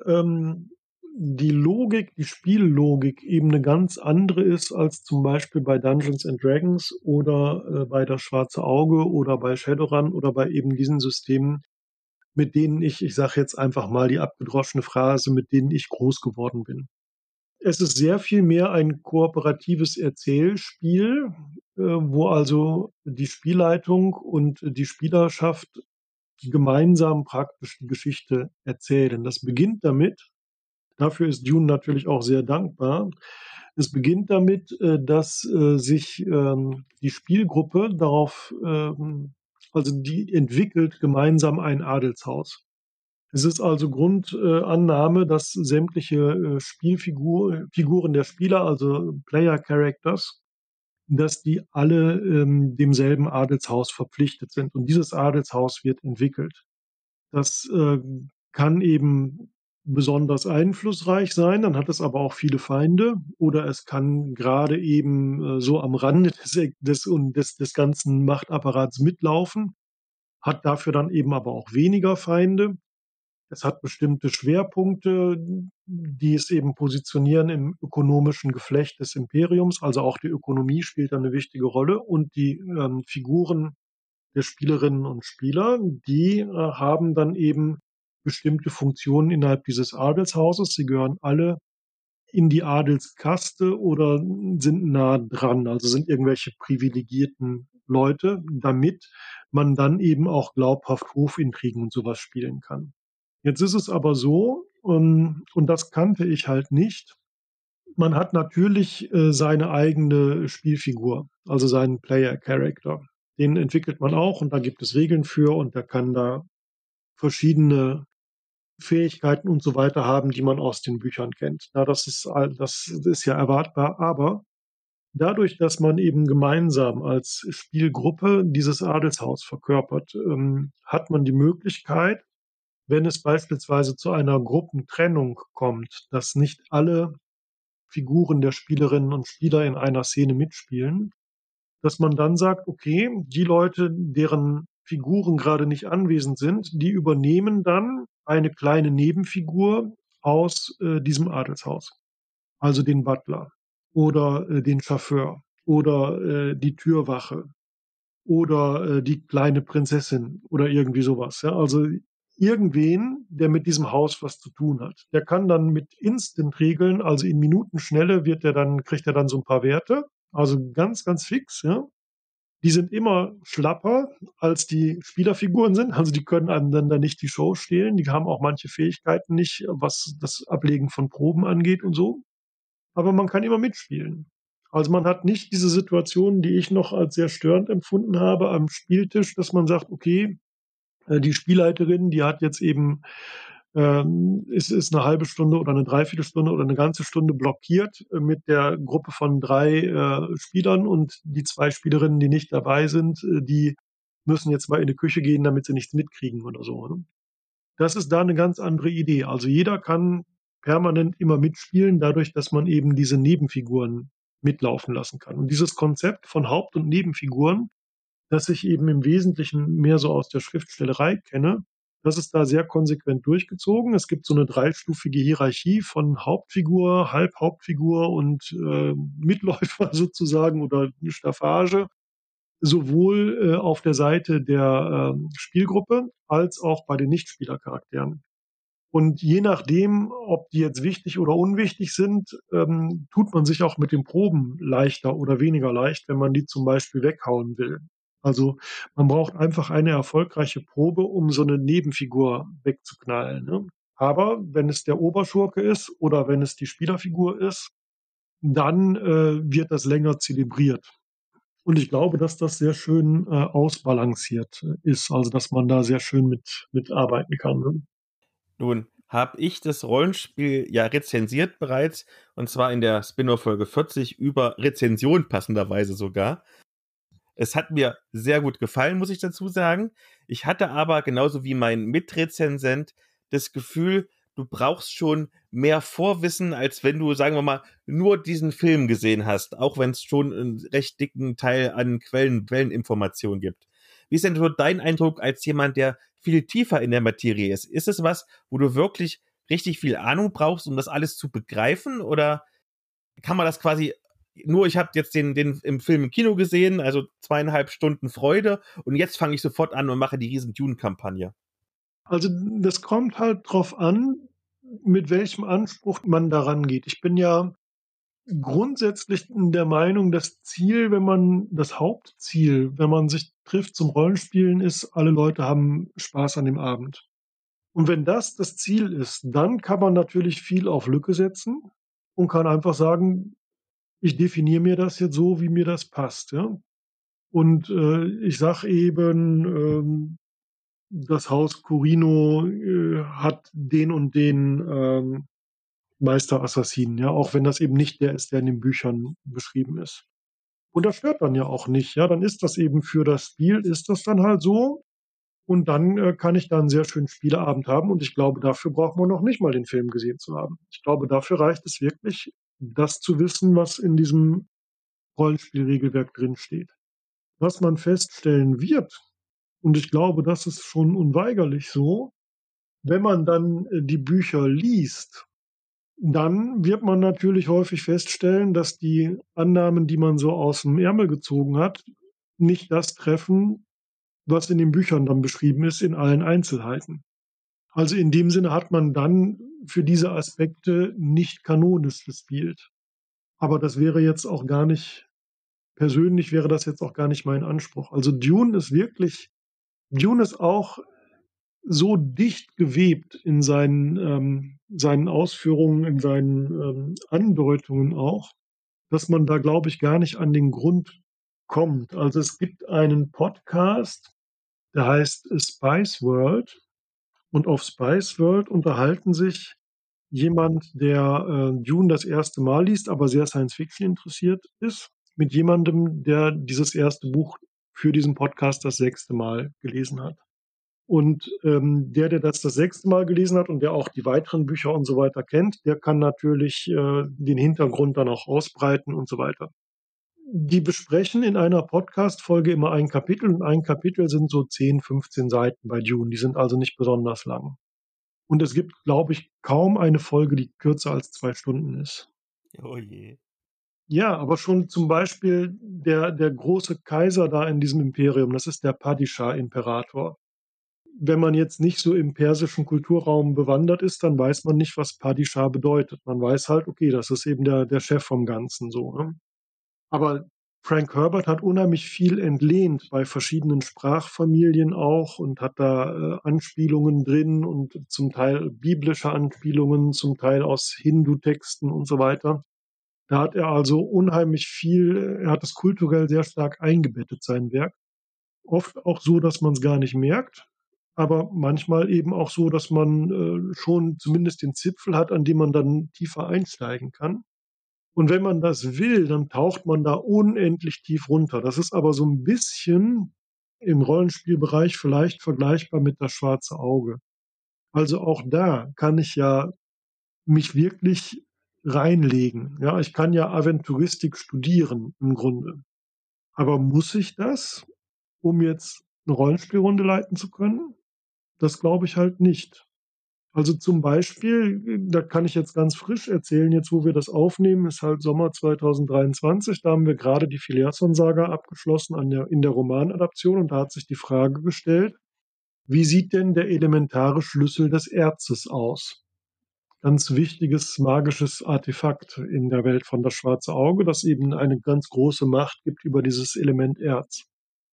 die Spiellogik eben eine ganz andere ist als zum Beispiel bei Dungeons and Dragons oder bei das Schwarze Auge oder bei Shadowrun oder bei eben diesen Systemen, mit denen ich sage jetzt einfach mal die abgedroschene Phrase, mit denen ich groß geworden bin. Es ist sehr viel mehr ein kooperatives Erzählspiel, wo also die Spielleitung und die Spielerschaft gemeinsam praktisch die Geschichte erzählen. Das beginnt damit, dafür ist Dune natürlich auch sehr dankbar. Es beginnt damit, dass sich die Spielgruppe also die entwickelt gemeinsam ein Adelshaus. Es ist also Grundannahme, dass sämtliche Figuren der Spieler, also Player Characters, dass die alle demselben Adelshaus verpflichtet sind. Und dieses Adelshaus wird entwickelt. Das kann eben besonders einflussreich sein, dann hat es aber auch viele Feinde, oder es kann gerade eben so am Rande des ganzen Machtapparats mitlaufen, hat dafür dann eben aber auch weniger Feinde. Es hat bestimmte Schwerpunkte, die es eben positionieren im ökonomischen Geflecht des Imperiums. Also auch die Ökonomie spielt da eine wichtige Rolle, und die Figuren der Spielerinnen und Spieler, die haben dann eben bestimmte Funktionen innerhalb dieses Adelshauses. Sie gehören alle in die Adelskaste oder sind nah dran, also sind irgendwelche privilegierten Leute, damit man dann eben auch glaubhaft Hofintrigen und sowas spielen kann. Jetzt ist es aber so, Und das kannte ich halt nicht. Man hat natürlich seine eigene Spielfigur, also seinen Player Character. Den entwickelt man auch und da gibt es Regeln für und der kann da verschiedene Fähigkeiten und so weiter haben, die man aus den Büchern kennt. Ja, das ist ja erwartbar, aber dadurch, dass man eben gemeinsam als Spielgruppe dieses Adelshaus verkörpert, hat man die Möglichkeit, wenn es beispielsweise zu einer Gruppentrennung kommt, dass nicht alle Figuren der Spielerinnen und Spieler in einer Szene mitspielen, dass man dann sagt, okay, die Leute, deren Figuren gerade nicht anwesend sind, die übernehmen dann eine kleine Nebenfigur aus diesem Adelshaus. Also den Butler oder den Chauffeur oder die Türwache oder die kleine Prinzessin oder irgendwie sowas. Ja? Also irgendwen, der mit diesem Haus was zu tun hat. Der kann dann mit Instant-Regeln, also in Minutenschnelle, kriegt er dann so ein paar Werte, also ganz, ganz fix. Ja? Die sind immer schlapper, als die Spielerfiguren sind. Also die können einem dann nicht die Show stehlen. Die haben auch manche Fähigkeiten nicht, was das Ablegen von Proben angeht und so. Aber man kann immer mitspielen. Also man hat nicht diese Situation, die ich noch als sehr störend empfunden habe am Spieltisch, dass man sagt, okay, die Spielleiterin, die hat jetzt eben ist eine halbe Stunde oder eine Dreiviertelstunde oder eine ganze Stunde blockiert mit der Gruppe von 3 Spielern und die 2 Spielerinnen, die nicht dabei sind, die müssen jetzt mal in die Küche gehen, damit sie nichts mitkriegen oder so, ne? Das ist da eine ganz andere Idee. Also, jeder kann permanent immer mitspielen, dadurch, dass man eben diese Nebenfiguren mitlaufen lassen kann. Und dieses Konzept von Haupt und Nebenfiguren, das ich eben im Wesentlichen mehr so aus der Schriftstellerei kenne, das ist da sehr konsequent durchgezogen. Es gibt so eine dreistufige Hierarchie von Hauptfigur, Halbhauptfigur und Mitläufer sozusagen oder Staffage, sowohl auf der Seite der Spielgruppe als auch bei den Nichtspielercharakteren. Und je nachdem, ob die jetzt wichtig oder unwichtig sind, tut man sich auch mit den Proben leichter oder weniger leicht, wenn man die zum Beispiel weghauen will. Also man braucht einfach eine erfolgreiche Probe, um so eine Nebenfigur wegzuknallen. Ne? Aber wenn es der Oberschurke ist oder wenn es die Spielerfigur ist, dann wird das länger zelebriert. Und ich glaube, dass das sehr schön ausbalanciert ist, also dass man da sehr schön mitarbeiten kann. Ne? Nun habe ich das Rollenspiel ja rezensiert bereits, und zwar in der Spin-off-Folge 40 über Rezension passenderweise sogar. Es hat mir sehr gut gefallen, muss ich dazu sagen. Ich hatte aber genauso wie mein Mitrezensent das Gefühl, du brauchst schon mehr Vorwissen, als wenn du, sagen wir mal, nur diesen Film gesehen hast, auch wenn es schon einen recht dicken Teil an Quelleninformationen gibt. Wie ist denn so dein Eindruck als jemand, der viel tiefer in der Materie ist? Ist es was, wo du wirklich richtig viel Ahnung brauchst, um das alles zu begreifen? Oder kann man das quasi nur, ich habe jetzt den im Film im Kino gesehen, also 2,5 Stunden Freude und jetzt fange ich sofort an und mache die riesen Dune-Kampagne. Also das kommt halt drauf an, mit welchem Anspruch man daran geht. Ich bin ja grundsätzlich der Meinung, das Hauptziel, wenn man sich trifft zum Rollenspielen, ist, alle Leute haben Spaß an dem Abend. Und wenn das das Ziel ist, dann kann man natürlich viel auf Lücke setzen und kann einfach sagen, ich definiere mir das jetzt so, wie mir das passt, ja. Und ich sage eben, das Haus Corino hat den und den Meisterassassinen, ja, auch wenn das eben nicht der ist, der in den Büchern beschrieben ist. Und das stört dann ja auch nicht, ja, dann ist das eben für das Spiel, ist das dann halt so. Und dann kann ich da einen sehr schönen Spieleabend haben. Und ich glaube, dafür braucht man noch nicht mal den Film gesehen zu haben. Ich glaube, dafür reicht es wirklich, das zu wissen, was in diesem Rollenspielregelwerk drinsteht. Was man feststellen wird, und ich glaube, das ist schon unweigerlich so, wenn man dann die Bücher liest, dann wird man natürlich häufig feststellen, dass die Annahmen, die man so aus dem Ärmel gezogen hat, nicht das treffen, was in den Büchern dann beschrieben ist, in allen Einzelheiten. Also in dem Sinne hat man dann für diese Aspekte nicht kanonisch gespielt. Aber das wäre jetzt auch gar nicht, persönlich wäre das jetzt auch gar nicht mein Anspruch. Also Dune ist auch so dicht gewebt in seinen Ausführungen, in seinen Andeutungen auch, dass man da, glaube ich, gar nicht an den Grund kommt. Also es gibt einen Podcast, der heißt Spice World, und auf Spice World unterhalten sich jemand, der Dune das erste Mal liest, aber sehr Science Fiction interessiert ist, mit jemandem, der dieses erste Buch für diesen Podcast das sechste Mal gelesen hat. Und der das sechste Mal gelesen hat und der auch die weiteren Bücher und so weiter kennt, der kann natürlich den Hintergrund dann auch ausbreiten und so weiter. Die besprechen in einer Podcast-Folge immer ein Kapitel, und ein Kapitel sind so 10, 15 Seiten bei Dune. Die sind also nicht besonders lang. Und es gibt, glaube ich, kaum eine Folge, die kürzer als 2 Stunden ist. Oh je. Ja, aber schon zum Beispiel der große Kaiser da in diesem Imperium, das ist der Padishah-Imperator. Wenn man jetzt nicht so im persischen Kulturraum bewandert ist, dann weiß man nicht, was Padishah bedeutet. Man weiß halt, okay, das ist eben der Chef vom Ganzen so. Ne? Aber Frank Herbert hat unheimlich viel entlehnt bei verschiedenen Sprachfamilien auch und hat da Anspielungen drin und zum Teil biblische Anspielungen, zum Teil aus Hindu-Texten und so weiter. Da hat er also unheimlich viel, er hat es kulturell sehr stark eingebettet, sein Werk. Oft auch so, dass man es gar nicht merkt, aber manchmal eben auch so, dass man schon zumindest den Zipfel hat, an dem man dann tiefer einsteigen kann. Und wenn man das will, dann taucht man da unendlich tief runter. Das ist aber so ein bisschen im Rollenspielbereich vielleicht vergleichbar mit das Schwarze Auge. Also auch da kann ich ja mich wirklich reinlegen. Ja, ich kann ja Aventuristik studieren im Grunde. Aber muss ich das, um jetzt eine Rollenspielrunde leiten zu können? Das glaube ich halt nicht. Also zum Beispiel, da kann ich jetzt ganz frisch erzählen, jetzt wo wir das aufnehmen, ist halt Sommer 2023. Da haben wir gerade die Filiason-Saga abgeschlossen in der Romanadaption, und da hat sich die Frage gestellt, wie sieht denn der elementare Schlüssel des Erzes aus? Ganz wichtiges magisches Artefakt in der Welt von das Schwarze Auge, das eben eine ganz große Macht gibt über dieses Element Erz.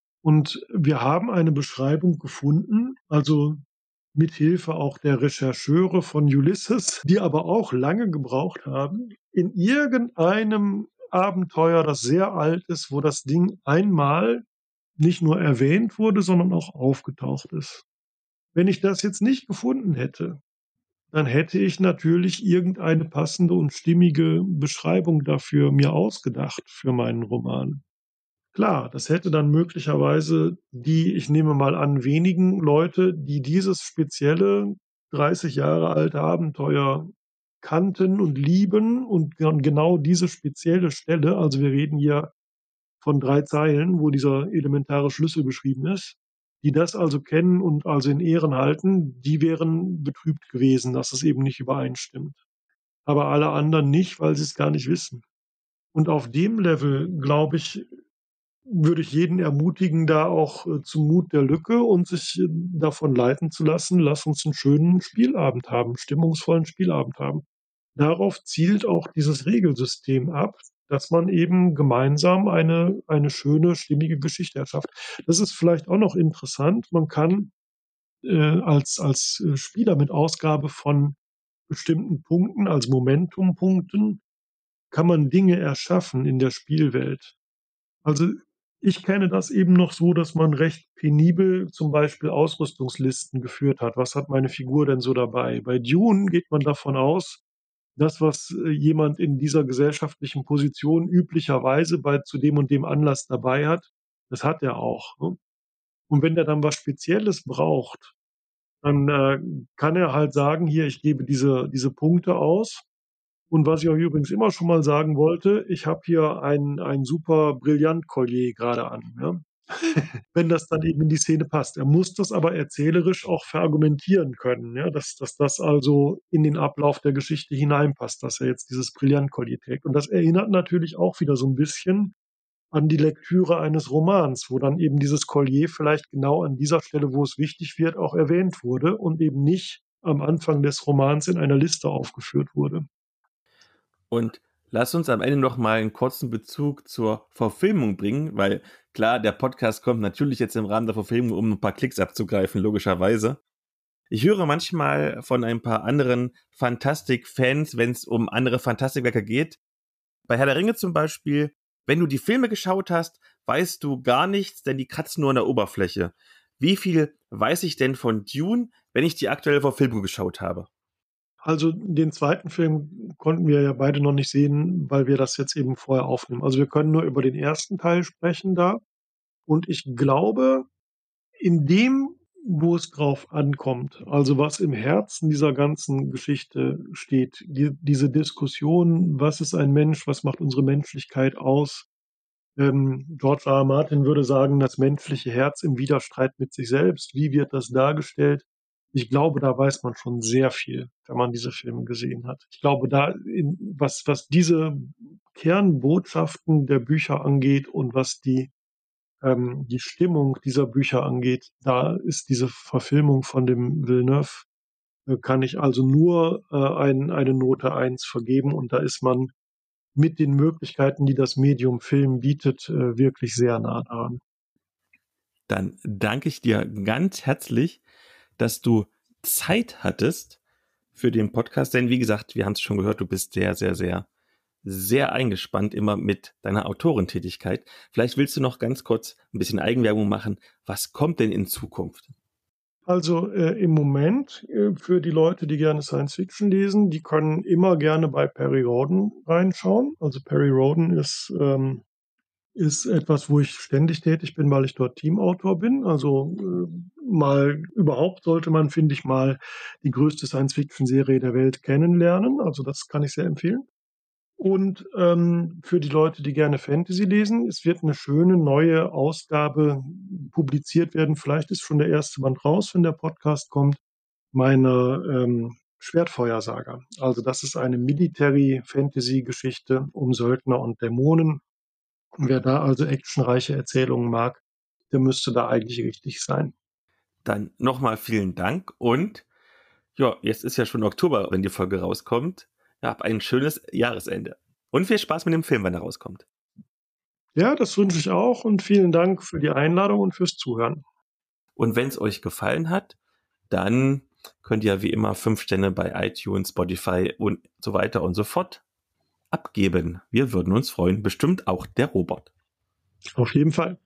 Und wir haben eine Beschreibung gefunden, also mit Hilfe auch der Rechercheure von Ulysses, die aber auch lange gebraucht haben, in irgendeinem Abenteuer, das sehr alt ist, wo das Ding einmal nicht nur erwähnt wurde, sondern auch aufgetaucht ist. Wenn ich das jetzt nicht gefunden hätte, dann hätte ich natürlich irgendeine passende und stimmige Beschreibung dafür mir ausgedacht für meinen Roman. Klar, das hätte dann möglicherweise die, ich nehme mal an, wenigen Leute, die dieses spezielle 30 Jahre alte Abenteuer kannten und lieben und genau diese spezielle Stelle, also wir reden hier von 3 Zeilen, wo dieser elementare Schlüssel beschrieben ist, die das also kennen und also in Ehren halten, die wären betrübt gewesen, dass es eben nicht übereinstimmt. Aber alle anderen nicht, weil sie es gar nicht wissen. Und auf dem Level, glaube ich, würde ich jeden ermutigen, da auch zum Mut der Lücke und sich davon leiten zu lassen, lass uns einen schönen Spielabend haben, stimmungsvollen Spielabend haben. Darauf zielt auch dieses Regelsystem ab, dass man eben gemeinsam eine schöne, stimmige Geschichte erschafft. Das ist vielleicht auch noch interessant. Man kann als Spieler mit Ausgabe von bestimmten Punkten, als Momentumpunkten, kann man Dinge erschaffen in der Spielwelt. Also ich kenne das eben noch so, dass man recht penibel zum Beispiel Ausrüstungslisten geführt hat. Was hat meine Figur denn so dabei? Bei Dune geht man davon aus, das, was jemand in dieser gesellschaftlichen Position üblicherweise zu dem und dem Anlass dabei hat, das hat er auch. Ne? Und wenn der dann was Spezielles braucht, dann kann er halt sagen, hier, ich gebe diese Punkte aus. Und was ich euch übrigens immer schon mal sagen wollte, ich habe hier ein super Brillant-Collier gerade an. Ja? Wenn das dann eben in die Szene passt. Er muss das aber erzählerisch auch verargumentieren können, ja? Dass das also in den Ablauf der Geschichte hineinpasst, dass er jetzt dieses Brillant-Collier trägt. Und das erinnert natürlich auch wieder so ein bisschen an die Lektüre eines Romans, wo dann eben dieses Collier vielleicht genau an dieser Stelle, wo es wichtig wird, auch erwähnt wurde und eben nicht am Anfang des Romans in einer Liste aufgeführt wurde. Und lass uns am Ende noch mal einen kurzen Bezug zur Verfilmung bringen, weil klar, der Podcast kommt natürlich jetzt im Rahmen der Verfilmung, um ein paar Klicks abzugreifen, logischerweise. Ich höre manchmal von ein paar anderen Fantastik-Fans, wenn es um andere Fantastikwerke geht. Bei Herr der Ringe zum Beispiel, wenn du die Filme geschaut hast, weißt du gar nichts, denn die kratzen nur an der Oberfläche. Wie viel weiß ich denn von Dune, wenn ich die aktuelle Verfilmung geschaut habe? Also den zweiten Film konnten wir ja beide noch nicht sehen, weil wir das jetzt eben vorher aufnehmen. Also wir können nur über den ersten Teil sprechen da. Und ich glaube, in dem, wo es drauf ankommt, also was im Herzen dieser ganzen Geschichte steht, diese Diskussion, was ist ein Mensch, was macht unsere Menschlichkeit aus? George R. R. Martin würde sagen, das menschliche Herz im Widerstreit mit sich selbst. Wie wird das dargestellt? Ich glaube, da weiß man schon sehr viel, wenn man diese Filme gesehen hat. Ich glaube, was diese Kernbotschaften der Bücher angeht und was die Stimmung dieser Bücher angeht, da ist diese Verfilmung von dem Villeneuve, kann ich also nur eine Note 1 vergeben, und da ist man mit den Möglichkeiten, die das Medium Film bietet, wirklich sehr nah dran. Dann danke ich dir ganz herzlich, dass du Zeit hattest für den Podcast, denn wie gesagt, wir haben es schon gehört, du bist sehr, sehr, sehr, sehr eingespannt immer mit deiner Autorentätigkeit. Vielleicht willst du noch ganz kurz ein bisschen Eigenwerbung machen. Was kommt denn in Zukunft? Also im Moment für die Leute, die gerne Science Fiction lesen, die können immer gerne bei Perry Rhodan reinschauen. Also Perry Rhodan ist etwas, wo ich ständig tätig bin, weil ich dort Teamautor bin. Also mal überhaupt sollte man, finde ich, mal die größte Science-Fiction-Serie der Welt kennenlernen. Also das kann ich sehr empfehlen. Und für die Leute, die gerne Fantasy lesen, es wird eine schöne neue Ausgabe publiziert werden. Vielleicht ist schon der erste Band raus, wenn der Podcast kommt. Meine Schwertfeuersaga. Also das ist eine Military-Fantasy-Geschichte um Söldner und Dämonen. Wer da also actionreiche Erzählungen mag, der müsste da eigentlich richtig sein. Dann nochmal vielen Dank und ja, jetzt ist ja schon Oktober, wenn die Folge rauskommt. Ja, hab ein schönes Jahresende. Und viel Spaß mit dem Film, wenn er rauskommt. Ja, das wünsche ich auch, und vielen Dank für die Einladung und fürs Zuhören. Und wenn es euch gefallen hat, dann könnt ihr wie immer 5 Sterne bei iTunes, Spotify und so weiter und so fort abgeben. Wir würden uns freuen, bestimmt auch der Robert. Auf jeden Fall.